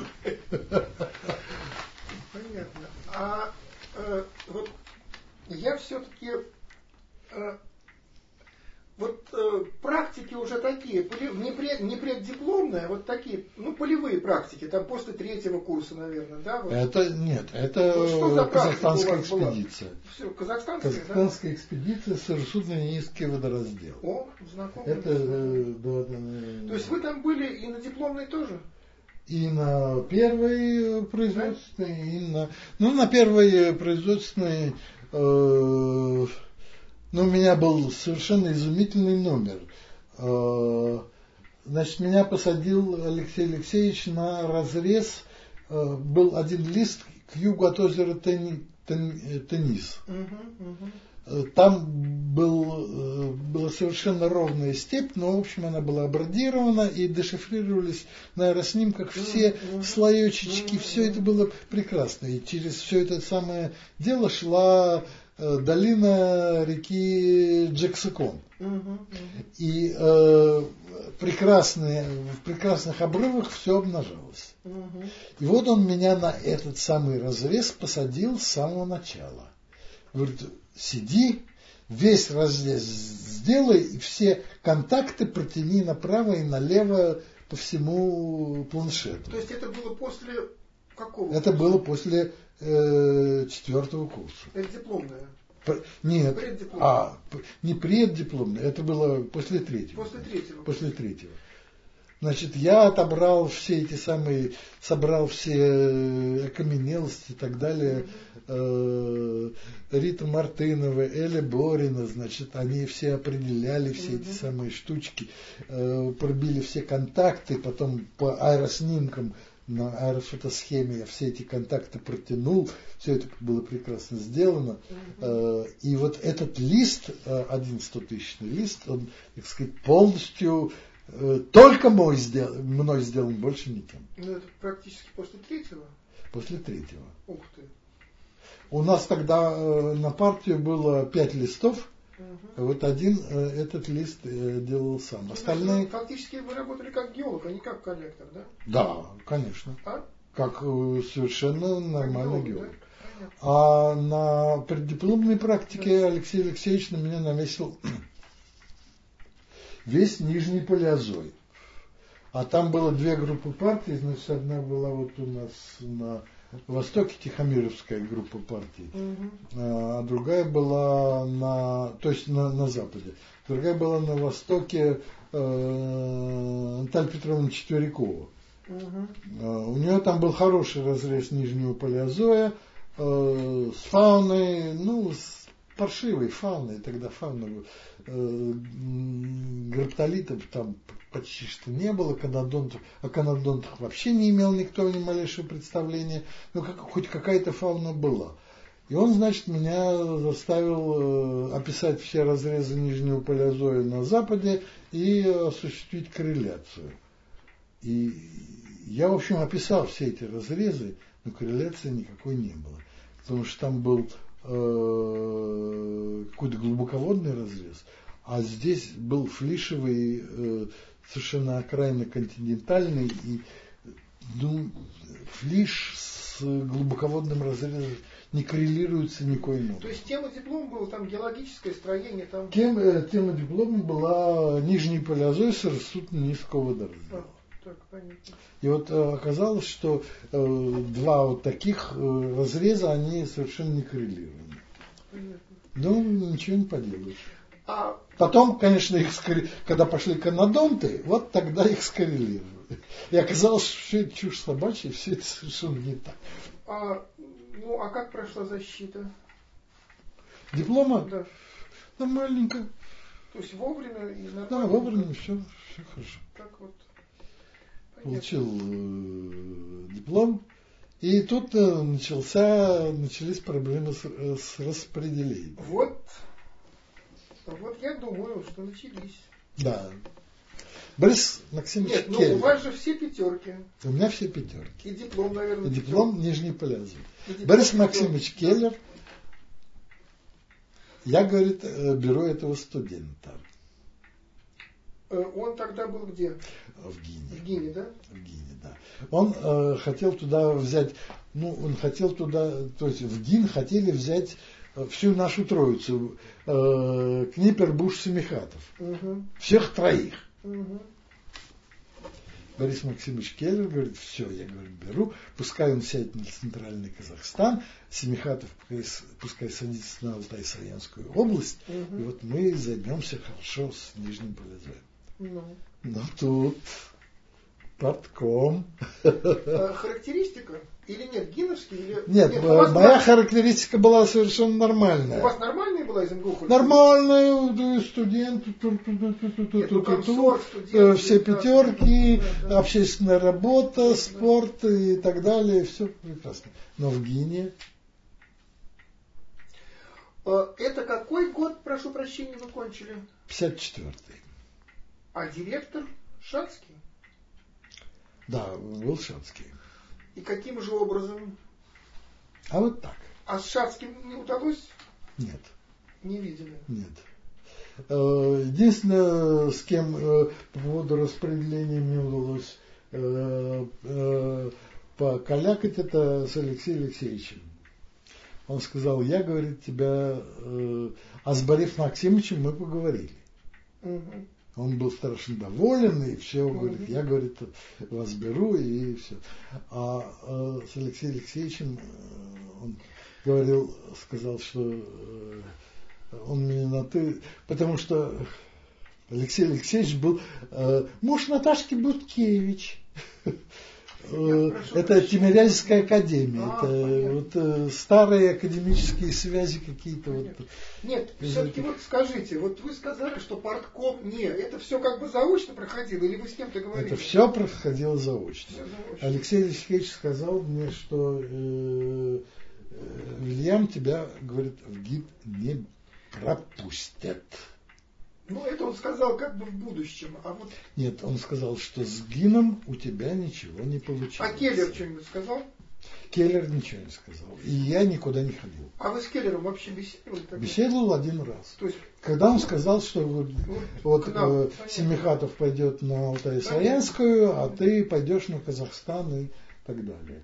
Понятно. А э, вот я все-таки э, вот э, практики уже такие, не, пред, не преддипломные, вот такие, ну, полевые практики, там после третьего курса, наверное, да? Вот. Это нет, это вот казахстанская экспедиция. Все, казахстанская, казахстанская да? экспедиция Сарасудно-Ненецкий водораздел. О, знакомый. Это, э, да, да, то есть вы там были и на дипломной тоже? И на первой производственной, да? И на... Ну, на первой производственной... Э, Ну, у меня был совершенно изумительный номер. Значит, меня посадил Алексей Алексеевич на разрез. Был один лист к югу от озера Тени, Тен, Тенис. Угу, угу. Там был, была совершенно ровная степь, но, в общем, она была бордирована, и дешифрировались на аэроснимках все угу, слоечечки. Угу, все это было прекрасно. И через все это самое дело шла... долина реки Джексикон. Угу, угу. И э, прекрасные, в прекрасных обрывах все обнажалось. Угу. И вот он меня на этот самый разрез посадил с самого начала. Говорит, сиди, весь разрез сделай, и все контакты протяни направо и налево по всему планшету. То есть это было после какого? Это курса? Было после э, четвертого курса. Преддипломное? Нет, преддипломное. А, не преддипломное, это было после третьего. После третьего. После третьего. Значит, я отобрал все эти самые, собрал все окаменелости и так далее. Mm-hmm. Рита Мартынова, Эля Борина, значит, они все определяли все mm-hmm. эти самые штучки, пробили все контакты, потом по аэроснимкам на аэрофотосхеме я все эти контакты протянул, все это было прекрасно сделано. Mm-hmm. И вот этот лист, один стотысячный лист, он, так сказать, полностью только мой сдел, мной сделан, больше никем. Ну это практически после третьего? После третьего. Ух ты. У нас тогда на партию было пять листов. Угу. Вот один э, этот лист э, делал сам. Остальные... Ну, фактически вы работали как геолог, а не как коллектор, да? Да, конечно. А? Как э, совершенно нормальный геолог. геолог. Да? А на преддипломной практике да. Алексей Алексеевич на меня навесил весь Нижний Палеозой. А там было две группы партий. Значит, одна была вот у нас на востоке, Тихомировская группа партий, угу. а другая была на, то есть на, на западе, другая была на востоке э, Наталья Петровна Четверякова. Угу. А, у нее там был хороший разрез Нижнего Палеозоя э, с фауной, ну, с паршивой фауной, тогда фауна э, граптолитов там почти что не было, канадонтов, о канадонтах вообще не имел никто ни малейшего представления, но как, хоть какая-то фауна была. И он, значит, меня заставил э, описать все разрезы Нижнего Палеозоя на Западе и осуществить корреляцию. И я, в общем, описал все эти разрезы, но корреляции никакой не было. Потому что там был э, какой-то глубоководный разрез, а здесь был флишевый э, совершенно окраинно континентальный, и ну, флиш с глубоководным разрезом не коррелируется никоим образом. То есть тема диплома была там геологическое строение? Там... Тема, тема диплома была нижний палеозой сорастут низкого водорода. А, так, понятно. И вот э, оказалось, что э, два вот таких э, разреза, они совершенно не коррелированы. Понятно. Ну, ничего не поделаешь. А... Потом, конечно, их скорре... когда пошли канадонты, вот тогда их скоррелировали. И оказалось, что все это чушь собачья, все это совершенно не так. А, ну, а как прошла защита? Диплома? Да. Нормальненько. То есть вовремя и нормально? Да, вовремя, все, все хорошо. Так вот. Понятно. Получил э, диплом. И тут э, начался, начались проблемы с, э, с распределением. Вот. Вот я думаю, что начались. Да. Борис Максимович Нет, ну Келлер. у вас же все пятерки. У меня все пятерки. И диплом, наверное. И диплом нижний палеозой. диплом, Борис диплом. Максимович Келлер. Я, говорит, беру этого студента. Он тогда был где? В Гине. В Гине, да? В Гине, да. Он э, хотел туда взять, ну, он хотел туда, то есть в Гин хотели взять всю нашу троицу. Э, Книпер, Буш, Семихатов. Угу. Всех троих. Угу. Борис Максимович Келлер говорит, все, я, говорит, беру, пускай он сядет на центральный Казахстан, Семихатов пускай, пускай садится на Алтай-Саянскую область, угу. и вот мы займемся хорошо с Нижним Палеозоем. Ну. Но тут портком. А характеристика? Или нет, гиновский? Или... Нет, нет моя вас... характеристика была совершенно нормальная. У вас нормальная была из МГУ? Нормальная, студент, все пятерки, общественная работа, спорт и так далее, все прекрасно. Но в Гине... Это какой год, прошу прощения, вы кончили? пятьдесят четвёртый. А директор Шацкий? Да, был Шацкий. И каким же образом? А вот так. А с Шацким не удалось? Нет. Не видели? Нет. Единственное, с кем по поводу распределения мне удалось покалякать, это с Алексеем Алексеевичем. Он сказал, я, говорит, тебя... А с Борисом Максимовичем мы поговорили. Угу. Он был страшно доволен, и все, говорит, угу. я, говорит, вас беру, и все. А, а с Алексеем Алексеевичем он говорил, сказал, что он меня на ты, потому что Алексей Алексеевич был э, муж Наташки Буткевич. Это Тимирязевская академия. А, это вот э, старые академические связи какие-то. Вот. Нет, все-таки вот скажите, вот вы сказали, что партком не, это все как бы заочно проходило, или вы с кем-то говорили? Это все проходило заочно. Все заочно. Алексей Алексеевич сказал мне, что э, э, Вильям тебя, говорит, в ГИТ не пропустят. Ну, это он сказал как бы в будущем. А вот... Нет, он сказал, что с ГИНом у тебя ничего не получилось. А Келлер что-нибудь сказал? Келлер ничего не сказал. И я никуда не ходил. А вы с Келлером вообще беседовали? Тогда? Беседовал один раз. То есть... Когда он сказал, что вот, вот э, Семихатов пойдет на Алтай-Саянскую, а ты пойдешь на Казахстан и так далее.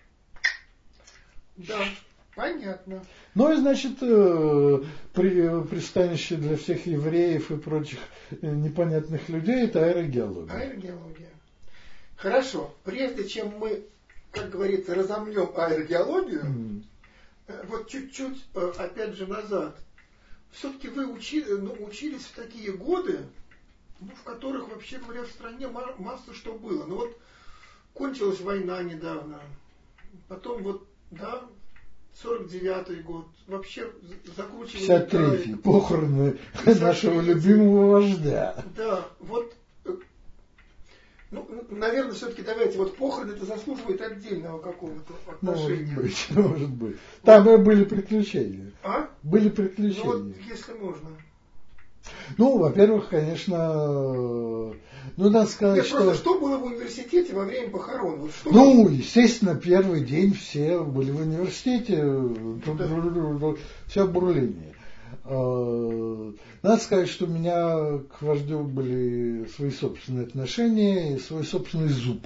Да. Понятно. Ну и, значит, при, пристанище для всех евреев и прочих непонятных людей – это аэрогеология. Аэрогеология. Хорошо. Прежде чем мы, как говорится, разомнем аэрогеологию, mm. вот чуть-чуть, опять же, назад. Все-таки вы учи, ну, учились в такие годы, ну, в которых, вообще говоря, в стране масса что было. Ну вот кончилась война недавно. Потом вот, да... сорок девятый год. Вообще закручивали... пятьдесят третий. Похороны нашего любимого вождя. Да, вот... Ну, наверное, все-таки давайте, вот похороны это заслуживает отдельного какого-то отношения. Может быть, может быть. Там вот. Были приключения. А? Были приключения. Ну, вот, если можно. Ну, во-первых, конечно, ну, надо сказать, Нет, что... Просто, что было в университете во время похорон? Вот что ну, было? Естественно, первый день все были в университете, да. Все бурление. Надо сказать, что у меня к вождю были свои собственные отношения и свой собственный зуб.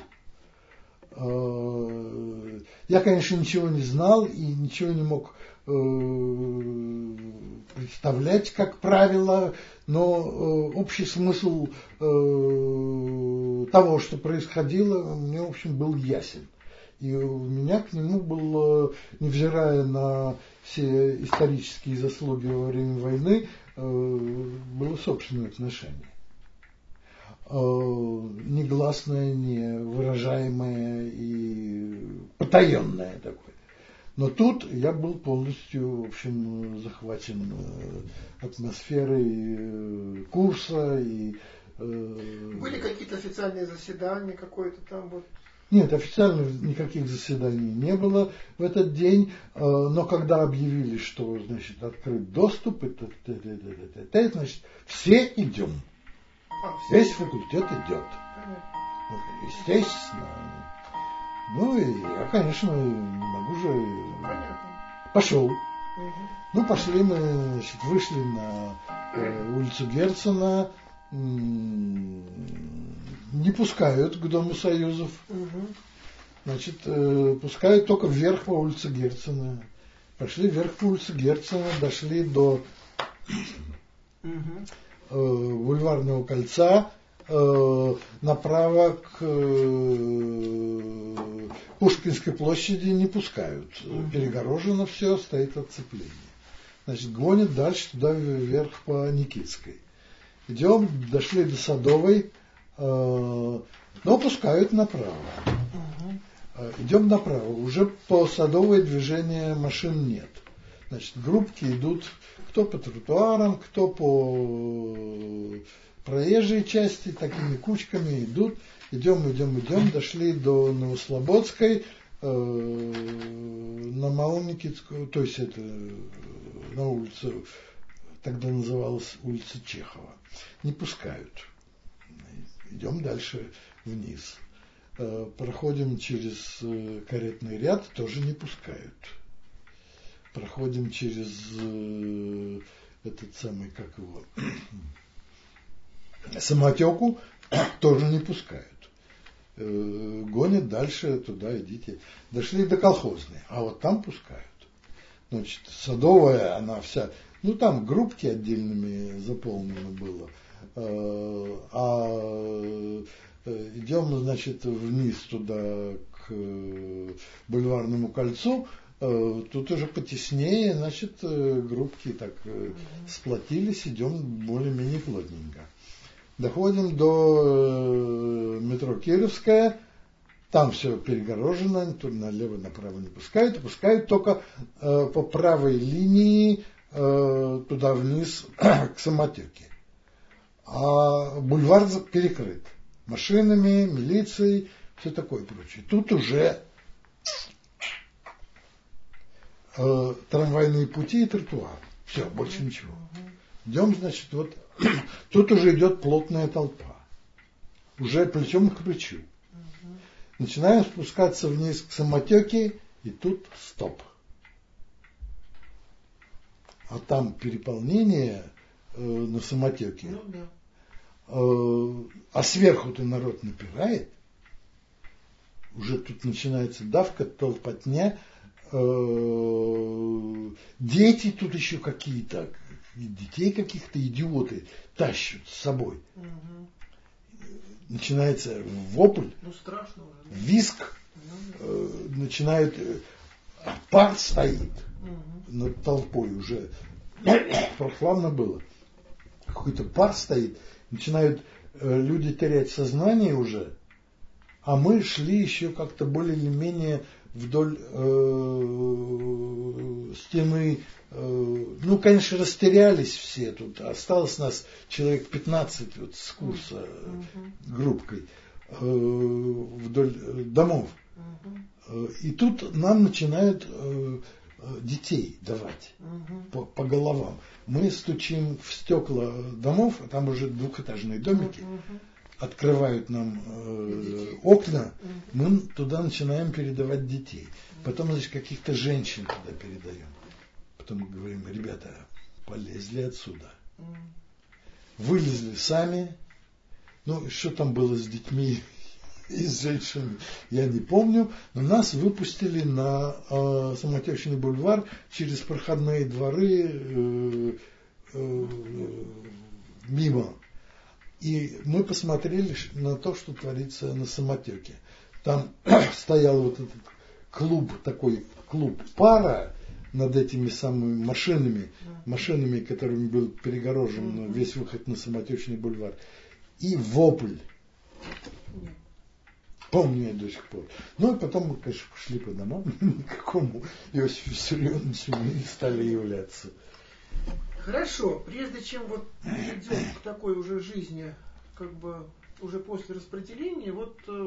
Я, конечно, ничего не знал и ничего не мог представлять, как правило, но общий смысл того, что происходило, мне, в общем, был ясен. И у меня к нему было, невзирая на все исторические заслуги во время войны, было собственное отношение. Негласное, не выражаемое и потаенное такое. Но тут я был полностью, в общем, захвачен атмосферой курса. И, были какие-то официальные заседания, какое-то там вот? Нет, официально никаких заседаний не было в этот день, но когда объявили, что, значит, открыт доступ, это, это, это, это, это, значит, все идем. А, Весь факультет идет. Понятно. Естественно. Ну и я, конечно, не могу же... Понятно. Пошел. Угу. Ну, пошли мы, значит, вышли на э, улицу Герцена. Не пускают к Дому Союзов. Угу. Значит, э, пускают только вверх по улице Герцена. Пошли вверх по улице Герцена, дошли до Угу. э, Бульварного кольца, э, направо к э, Пушкинской площади не пускают. Угу. Перегорожено все, стоит отцепление. Значит, гонят дальше туда вверх по Никитской. Идем, дошли до Садовой, э, но пускают направо. Угу. Идем направо. Уже по Садовой движения машин нет. Значит, группки идут кто по тротуарам, кто по проезжей части, такими кучками идут. Идем, идем, идем. Дошли до Новослободской, э, на Малоникитскую, то есть это на улицу, тогда называлась улица Чехова. Не пускают. Идем дальше вниз. Проходим через каретный ряд, тоже не пускают. Проходим через этот самый, как его, самотеку, тоже не пускают. Гонят дальше, туда идите. Дошли до Колхозной, а вот там пускают. Значит, Садовая, она вся, ну там группки отдельными заполнено было. А идем, значит, вниз туда к Бульварному кольцу, тут уже потеснее, значит, группки так сплотились, идем более-менее плотненько. Доходим до метро Кировская, там все перегорожено, тут налево, направо не пускают, пускают только по правой линии туда вниз к Самотеке. А бульвар перекрыт машинами, милицией, все такое прочее. Тут уже э, трамвайные пути и тротуар. Все, больше ничего. Идем, значит, вот тут уже идет плотная толпа. Уже плечом к плечу. Начинаем спускаться вниз к Самотеке, и тут стоп. А там переполнение э, на Самотеке. Ну, да. А сверху-то народ напирает, уже тут начинается давка, толпотня, дети тут еще какие-то, детей каких-то идиоты тащат с собой. Угу. Начинается вопль, ну, страшно уже, да? визг, ну, начинает, пар стоит угу. над толпой уже, прохладно было, какой-то пар стоит. Начинают э, люди терять сознание уже, а мы шли еще как-то более или менее вдоль э, стены. Э, ну, конечно, растерялись все тут. Осталось нас человек пятнадцать вот, с курса э, группкой э, вдоль домов. Э, и тут нам начинают э, детей давать угу. по, по головам. Мы стучим в стекла домов, а там уже двухэтажные домики, угу. открывают нам э, окна, угу. мы туда начинаем передавать детей. Потом, значит, каких-то женщин туда передаем. Потом мы говорим, ребята, полезли отсюда. Вылезли сами. Ну, что там было с детьми и с женщинами, я не помню. Но нас выпустили на э, Самотечный бульвар через проходные дворы э, э, мимо. И мы посмотрели на то, что творится на Самотеке. Там стоял вот этот клуб, такой клуб пара над этими самыми машинами, машинами, которыми был перегорожен весь выход на Самотечный бульвар. И вопль. Помню я до сих пор. Ну и потом мы, конечно, пошли по домам. Никакому Иосифу Виссарионовичу мы не стали являться. Хорошо. Прежде чем вот перейдем к такой уже жизни, как бы уже после распределения, вот э,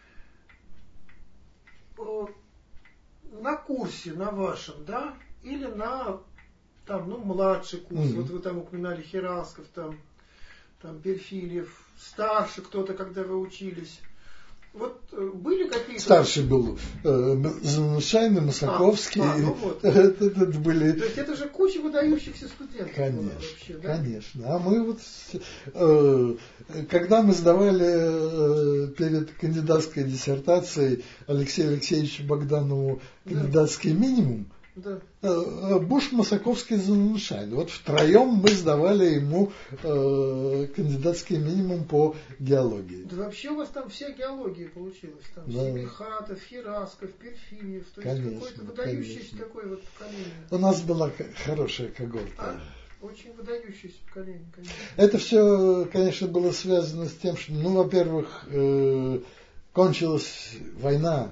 э, на курсе, на вашем, да, или на там, ну, младший курс, mm-hmm. вот вы там упоминали Херасков, там, там Перфильев, старше кто-то, когда вы учились. Вот э, были какие-то... Старший был э, Занушайный, Масаковский. А, а, ну вот. это, это были... То есть это же куча выдающихся студентов. Конечно, вообще, да? конечно. А мы вот, э, когда мы сдавали э, перед кандидатской диссертацией Алексею Алексеевичу Богданову кандидатский да. минимум, да. э, Буш, Масаковский, Занушайный. Вот втроем мы сдавали ему э, кандидатский минимум по геологии. Да вообще у вас там вся геология получилась. Там да. Семихатов, Херасков, Перфильев. То конечно, есть какое-то выдающееся конечно. такое вот поколение. У нас была хорошая когорта. А? Очень выдающееся поколение, конечно. Это все, конечно, было связано с тем, что, ну, во-первых, э, кончилась война.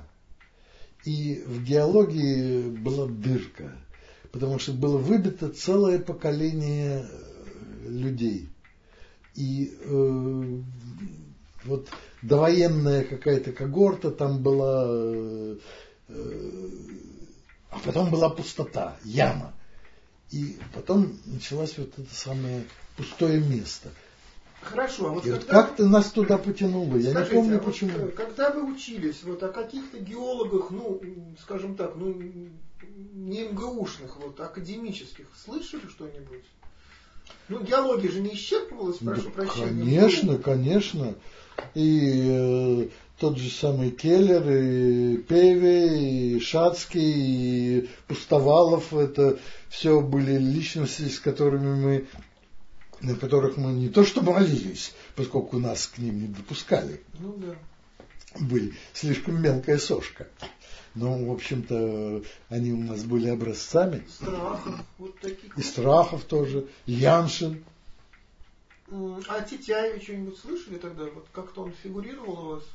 И в геологии была дырка, потому что было выбито целое поколение людей. И э, вот довоенная какая-то когорта там была, э, э, а потом была пустота, яма. И потом началось вот это самое пустое место. Хорошо, а вот когда... как-то нас туда потянуло, я Скажите, не помню а вот почему. Когда вы учились, вот о каких-то геологах, ну, скажем так, ну, не МГУшных, вот, академических, слышали что-нибудь? Ну, геология же не исчерпывалась, прошу да, прощения. Конечно, конечно. И э, тот же самый Келлер, и Певе, и Шацкий, и Пустовалов, это все были личности, с которыми мы на которых мы не то что молились, поскольку нас к ним не допускали. Ну да. Были слишком мелкая сошка. Но, в общем-то, они у нас были образцами. Страхов, вот таких. И Страхов тоже, и Яншин. А Титяева что-нибудь слышали тогда? Вот как-то он фигурировал у вас?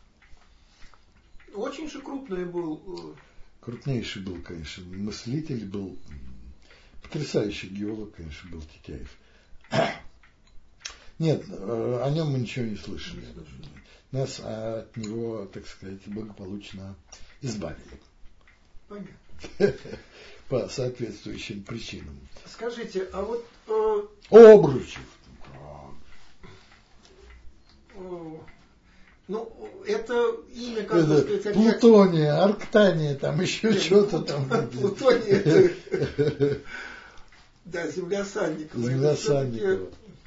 Очень же крупный был. Крупнейший был, конечно, мыслитель был. Потрясающий геолог, конечно, был Титяев. Нет, о нем мы ничего не слышали. Нас от него, так сказать, благополучно избавили. Понятно. По соответствующим причинам. Скажите, а вот... Э... Обручев. Э... Ну, это имя, как бы сказать... Опять... Плутония, Арктания, там еще Нет, что-то Плут... там. Плутония это... Да, земля Сальникова. Земля Сальникова.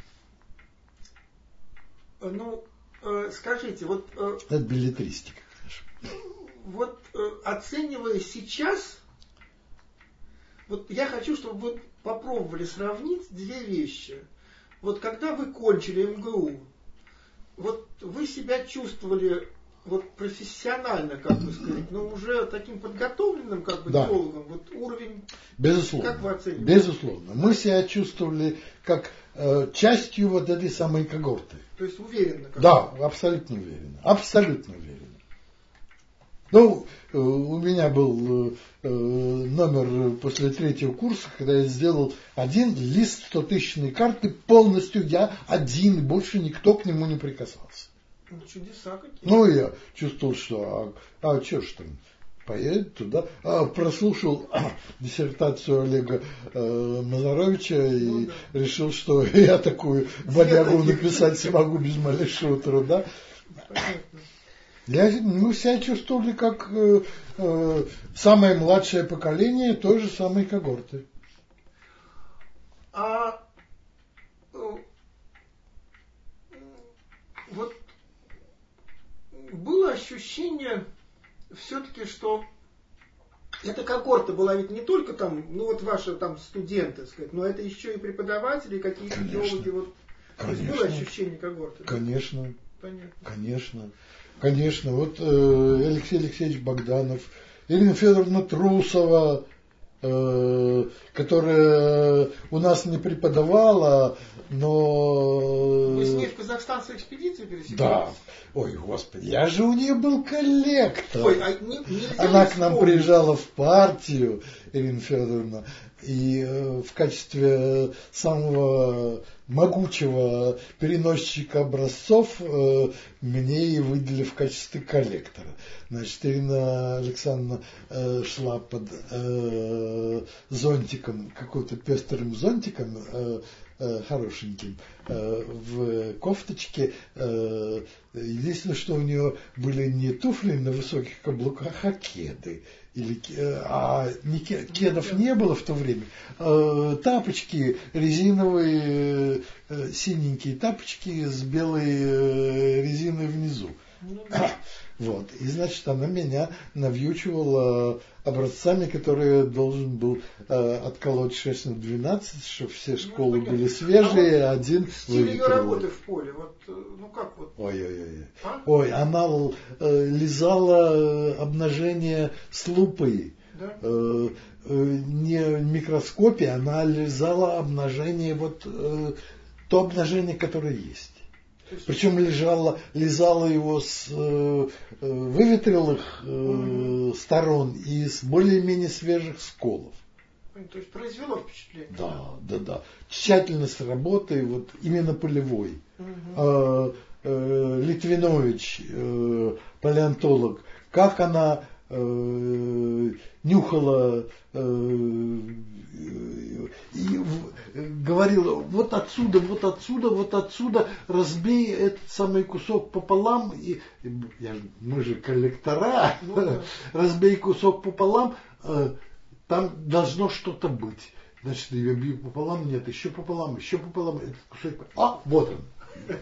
Ну, э, скажите, вот... Э, это беллетристика, конечно. Вот э, оценивая сейчас, вот я хочу, чтобы вы попробовали сравнить две вещи. Вот когда вы кончили МГУ, вот вы себя чувствовали вот профессионально, как бы сказать, но уже таким подготовленным, как бы, да. геологом, вот уровень, безусловно, как вы оцениваете? Безусловно. Мы себя чувствовали как э, частью вот этой самой когорты. То есть уверенно? Как да, абсолютно уверенно. Абсолютно уверенно. Ну, э, у меня был э, номер после третьего курса, когда я сделал один лист стотысячной карты, полностью я один, больше никто к нему не прикасался. Ну, чудеса какие. Ну, я чувствовал, что, а, а что ж там, поедет туда. А, прослушал а, диссертацию Олега э, Мазаровича ну, и да. решил, что я такую бодягу написать смогу без малейшего труда. Понятно. Я, мы себя чувствовали как э, э, самое младшее поколение той же самой когорты. было ощущение все-таки, что эта когорта была ведь не только там, ну вот ваши там студенты, так сказать, но это еще и преподаватели, какие-то идеологи. Вот. То есть было ощущение когорты? Конечно. Понятно. Конечно. Конечно. Вот э, Алексей Алексеевич Богданов, Ирина Федоровна Трусова, э, которая у нас не преподавала, но... Вы с ней в казахстанской экспедиции пересеклись? Да. Ой, господи, я же у нее был коллектор. Ой, а не, Она к нам приезжала в партию, Ирина Федоровна, и э, в качестве самого могучего переносчика образцов э, мне и выделили в качестве коллектора. Значит, Ирина Александровна э, шла под э, зонтиком, каким-то пестрым зонтиком, э, э, хорошеньким, э, в кофточке. Э, единственное, что у нее были не туфли на высоких каблуках, а кеды. Или, а не, кедов не было в то время. Э, тапочки резиновые, э, синенькие тапочки с белой э, резиной внизу. Вот. И, значит, она меня навьючивала образцами, которые я должен был э, отколоть шесть на двенадцать, чтобы все школы ну, были свежие, а вот один стиль ее работы в поле, вот, ну как вот? Ой-ой-ой. А? Ой, она э, лизала обнажение с лупой. Да? Э, э, не в микроскопе, она лизала обнажение, вот э, то обнажение, которое есть. Причем лежала, лизала его с э, выветрелых э, угу. сторон и с более-менее свежих сколов. То есть произвело впечатление. Да, да, да. Тщательность работы, вот именно полевой. Угу. Э, э, Литвинович, э, палеонтолог, как она э, нюхала э, и говорила, вот отсюда, вот отсюда, вот отсюда разбей этот самый кусок пополам, и, я, мы же коллектора, ну, да. разбей кусок пополам, э, там должно что-то быть. Значит, я бью пополам, нет, еще пополам, еще пополам, этот кусок, а, вот он.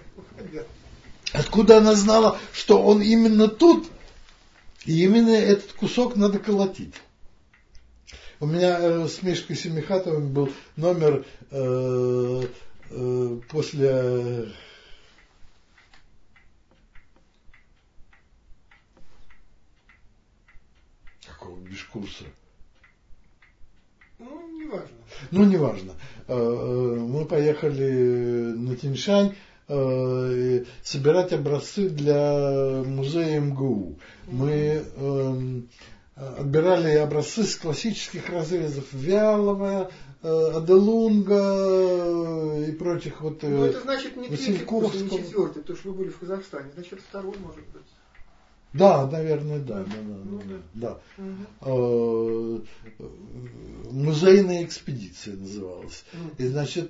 Откуда она знала, что он именно тут, и именно этот кусок надо колотить? У меня э, с Мишкой Семихатовым был номер э, э, после какого бешкурса? Ну, неважно. Ну, неважно. Э, э, мы поехали на Тяньшань э, собирать образцы для музея эм гэ у. Мы э, отбирали образцы с классических разрезов Вялова, Аделунга и прочих вот. Ну это значит не третий курс, не четвертый, потому что вы были в Казахстане, значит второй может быть. Да, наверное, да, да, да, ну, да. да. да. Угу. Музейная экспедиция называлась. Угу. И значит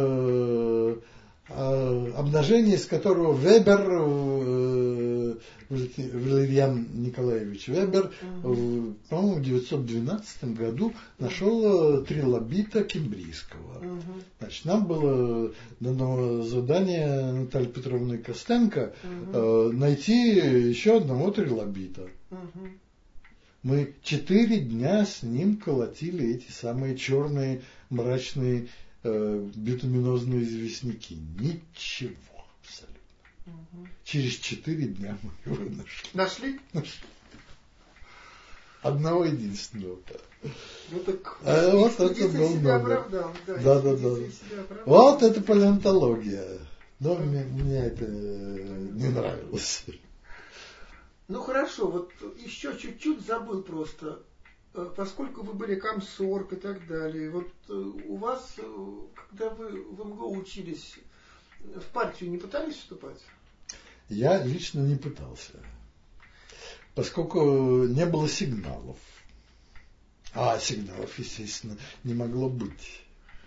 обнажение, из которого Вебер, Валерьян Николаевич Вебер, uh-huh. по-моему, в девятьсот двенадцатом году нашел трилобита кембрийского. Uh-huh. Значит, нам было дано задание Натальи Петровны Костенко uh-huh. найти еще одного трилобита. Uh-huh. Мы четыре дня с ним колотили эти самые черные мрачные битуминозные известняки. Ничего абсолютно. Угу. Через четыре дня мы его нашли. Нашли? Нашли. Одного единственного. Ну так а вот это был себя оправдал. Да, да, да, да. Вот это палеонтология. Но мне, мне это не нравилось. Ну хорошо, вот еще чуть-чуть забыл просто. Поскольку вы были комсорг и так далее, вот у вас, когда вы в эм гэ у учились, в партию не пытались вступать? Я лично не пытался, поскольку не было сигналов. А сигналов, естественно, не могло быть.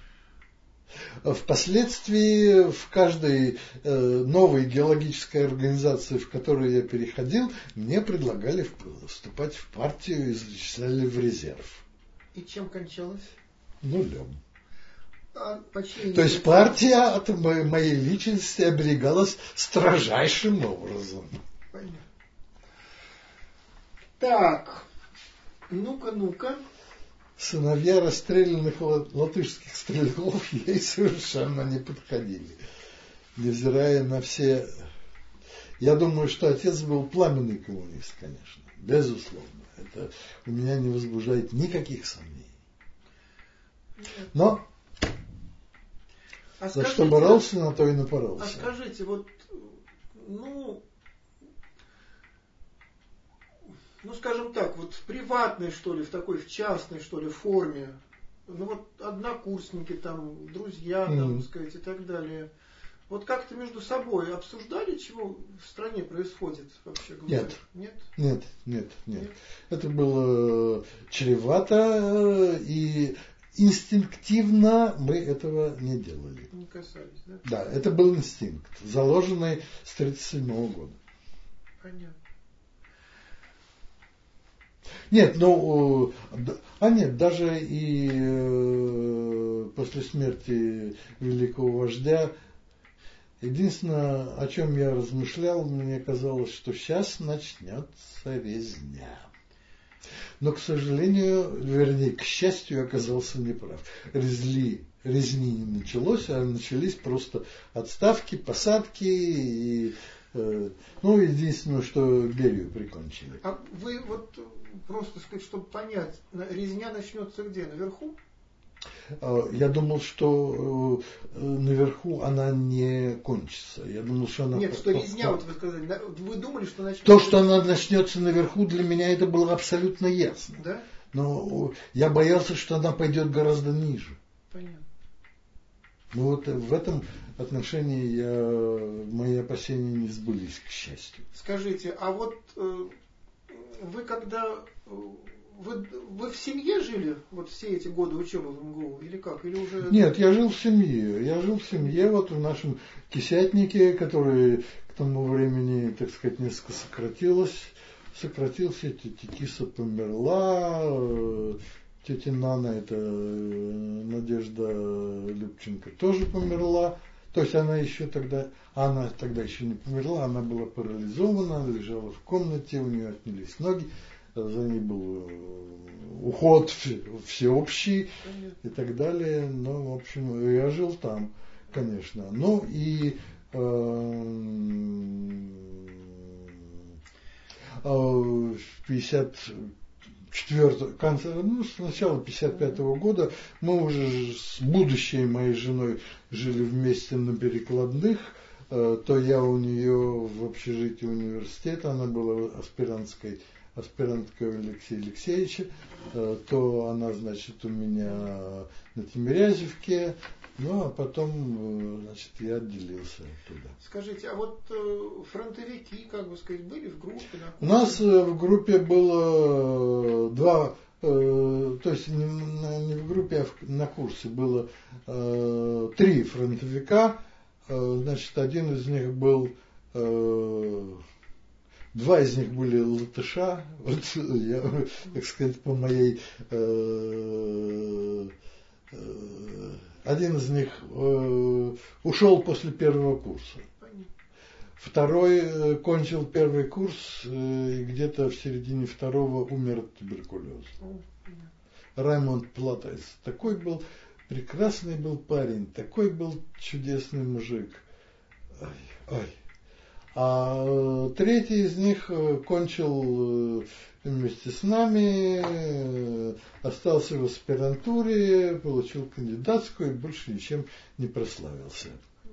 Впоследствии в каждой э, новой геологической организации, в которую я переходил, мне предлагали вступать в партию и зачисляли в резерв. И чем кончалось? Нулем. А, То есть партия от моей, моей личности оберегалась строжайшим образом. Понятно. Так, ну-ка, ну-ка. Сыновья расстрелянных латышских стрелков ей совершенно не подходили. Невзирая на все... Я думаю, что отец был пламенный коммунист, конечно. Безусловно. Это у меня не возбуждает никаких сомнений. Но а за скажите, что боролся, на то и напоролся. А скажите, вот, ну, ну, скажем так, вот в приватной, что ли, в такой, в частной, что ли, форме, ну, вот однокурсники, там, друзья, там, Mm-hmm. так сказать, и так далее, вот как-то между собой обсуждали, чего в стране происходит, вообще говоря? Нет. Нет? Нет, нет, нет. Нет? Это было чревато, и инстинктивно мы этого не делали. Не касались, да? Да, это был инстинкт, заложенный с тридцать седьмого года. Понятно. Нет, ну, а нет, даже и э, после смерти великого вождя, единственное, о чем я размышлял, мне казалось, что сейчас начнется резня. Но, к сожалению, вернее, к счастью, я оказался неправ. Резли, резни не началось, а начались просто отставки, посадки и... Э, ну, единственное, что Берию прикончили. А вы вот, просто сказать, чтобы понять, резня начнется где? Наверху? Я думал, что наверху она не кончится. Я думал, что она... Нет, что резня, вот вы сказали, вы думали, что начнется... То, что она начнется наверху, для меня это было абсолютно ясно. Да? Но я боялся, что она пойдет гораздо ниже. Понятно. Ну вот в этом отношении я, мои опасения не сбылись, к счастью. Скажите, а вот э, вы когда... Вы, вы в семье жили вот все эти годы учебы в МГУ или как? Или уже... Нет, я жил в семье. Я жил в семье, вот в нашем кисятнике, который к тому времени, так сказать, несколько сократилось. Сократился, тетя Киса померла, тетя Нана, это Надежда Любченко, тоже померла. То есть она еще тогда, она тогда еще не померла, она была парализована, она лежала в комнате, у нее отнялись ноги. За ней был уход всеобщий и так далее. Ну, в общем, я жил там, конечно. Ну и э, в пятьдесят четвёртом, конце, ну, с начала пятьдесят пятого года мы уже с будущей моей женой жили вместе на Перекладных. То я у нее в общежитии университета, она была аспирантской аспиранткой Алексея Алексеевича, то она, значит, у меня на Тимирязевке, ну, а потом, значит, я отделился оттуда. Скажите, а вот фронтовики, как бы сказать, были в группе? У нас в группе было два, то есть не в группе, а на курсе было три фронтовика, значит, один из них был... Два из них были латыша, вот я, так сказать, по моей... Э, э, один из них э, ушел после первого курса. Второй э, кончил первый курс э, и где-то в середине второго умер от туберкулеза. Раймонд Платайс. Такой был, прекрасный был парень, такой был чудесный мужик. Ой, ой. А третий из них кончил вместе с нами, остался в аспирантуре, получил кандидатскую и больше ничем не прославился.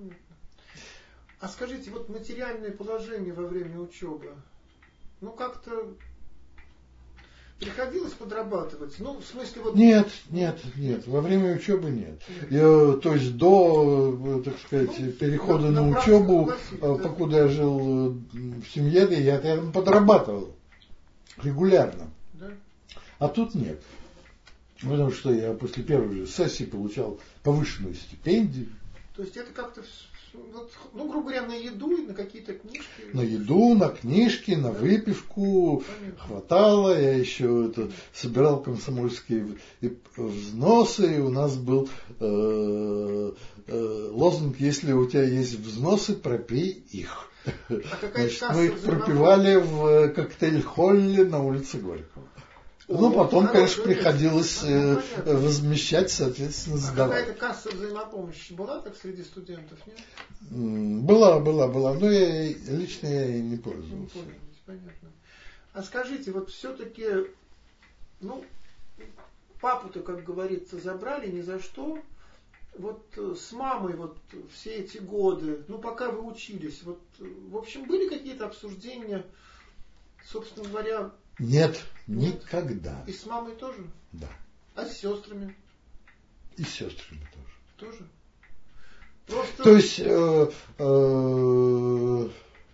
А скажите, вот материальное положение во время учебы, ну как-то приходилось подрабатывать? Ну, в смысле вот... Нет, нет, нет, во время учебы нет. Я, то есть до, так сказать, ну, перехода на, на учебу, да. Покуда я жил в семье, я, я подрабатывал регулярно. Да? А тут нет. Потому что я после первой же сессии получал повышенную стипендию. То есть это как-то вот, ну, грубо говоря, на еду и на какие-то книжки. На еду, на книжки, на да. выпивку. Понятно. Хватало. Я еще это, собирал комсомольские взносы. И у нас был э, э, лозунг: если у тебя есть взносы, пропей их. А Значит, мы их пропивали в коктейль-холле на улице Горького. О, ну, потом, конечно, приходилось э, возмещать, соответственно, сдавать. А какая-то касса взаимопомощи была так среди студентов, нет? Была, была, была, но я, лично я и не пользовался. Не пользовались, понятно. А скажите, вот все-таки, ну, папу-то, как говорится, забрали ни за что. Вот с мамой вот все эти годы, ну, пока вы учились, вот, в общем, были какие-то обсуждения, собственно говоря... Нет, Нет, никогда. И с мамой тоже? Да. А с сестрами? И с сестрами тоже. Тоже? Просто... То есть э, э,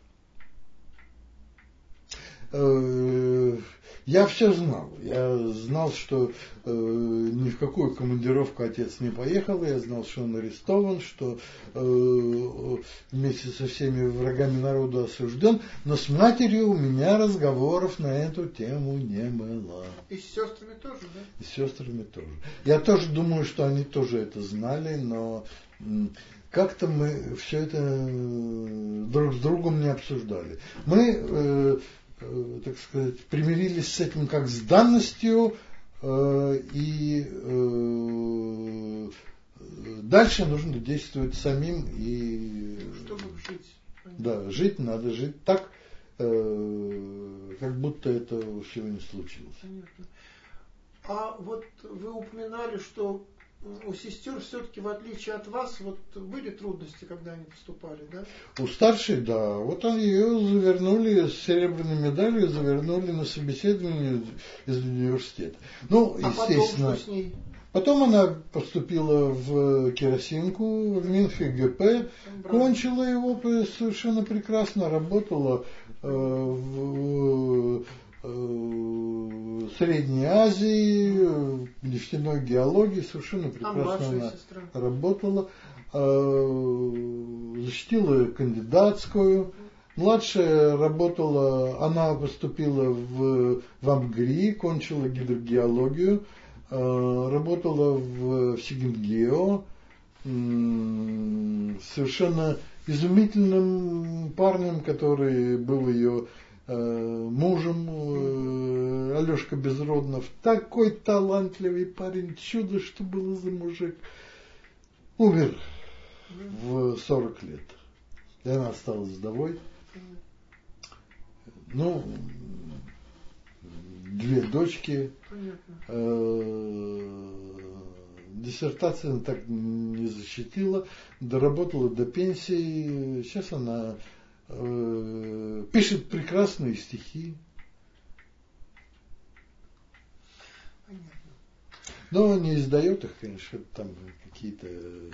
э, я все знал. Я знал, что э, ни в какую командировку отец не поехал. Я знал, что он арестован, что э, вместе со всеми врагами народа осужден. Но с матерью у меня разговоров на эту тему не было. И с сестрами тоже, да? И с сестрами тоже. Я тоже думаю, что они тоже это знали, но как-то мы все это друг с другом не обсуждали. Мы... Э, так сказать, примирились с этим как с данностью, э, и э, дальше нужно действовать самим и... Чтобы жить. Да, жить надо, жить так, э, как будто этого всего не случилось. Понятно. А вот вы упоминали, что у сестер все-таки, в отличие от вас, вот были трудности, когда они поступали, да? У старшей, да. Вот они ее завернули с серебряной медалью, завернули на собеседование из университета. Ну, а естественно. Потом, что с ней? Потом она поступила в керосинку, в МинФГП, кончила его совершенно прекрасно, работала э, в э, Средней Азии, в нефтяной геологии, совершенно прекрасно а она сестра? работала, э, защитила кандидатскую. Младшая работала, она поступила в, в АМГРИ, кончила гидрогеологию, э, работала в, в Сигингео, э, совершенно изумительным парнем, который был ее мужем, э, Алешка Безроднов, такой талантливый парень, чудо, что было за мужик, умер в сорок лет. И она осталась вдовой. Ну, две дочки. Э, диссертацию она так не защитила, доработала до пенсии. Сейчас она пишет прекрасные стихи. Понятно. Но не издает их, конечно, там какие-то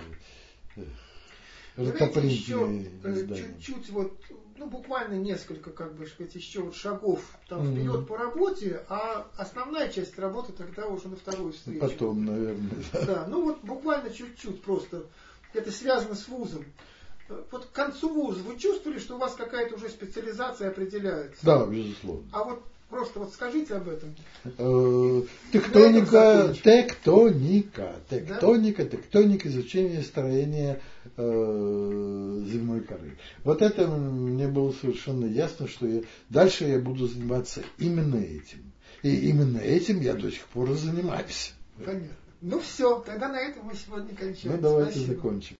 рукопринтные издания. Чуть-чуть вот, ну буквально несколько, как бы сказать, еще вот шагов там mm-hmm. вперед по работе, а основная часть работы тогда уже на вторую встречу. Потом, наверное. Да, да, ну вот буквально чуть-чуть просто. Это связано с вузом. Вот к концу вуза вы чувствовали, что у вас какая-то уже специализация определяется? Да, безусловно. А вот просто вот скажите об этом. Тектоника, тектоника, тектоника, тектоника, изучение строения земной коры. Вот это мне было совершенно ясно, что я, дальше я буду заниматься именно этим. И именно этим я до сих пор и занимаюсь. Понятно. Ну все, тогда на этом мы сегодня кончаем. Ну давайте Спасибо. закончим.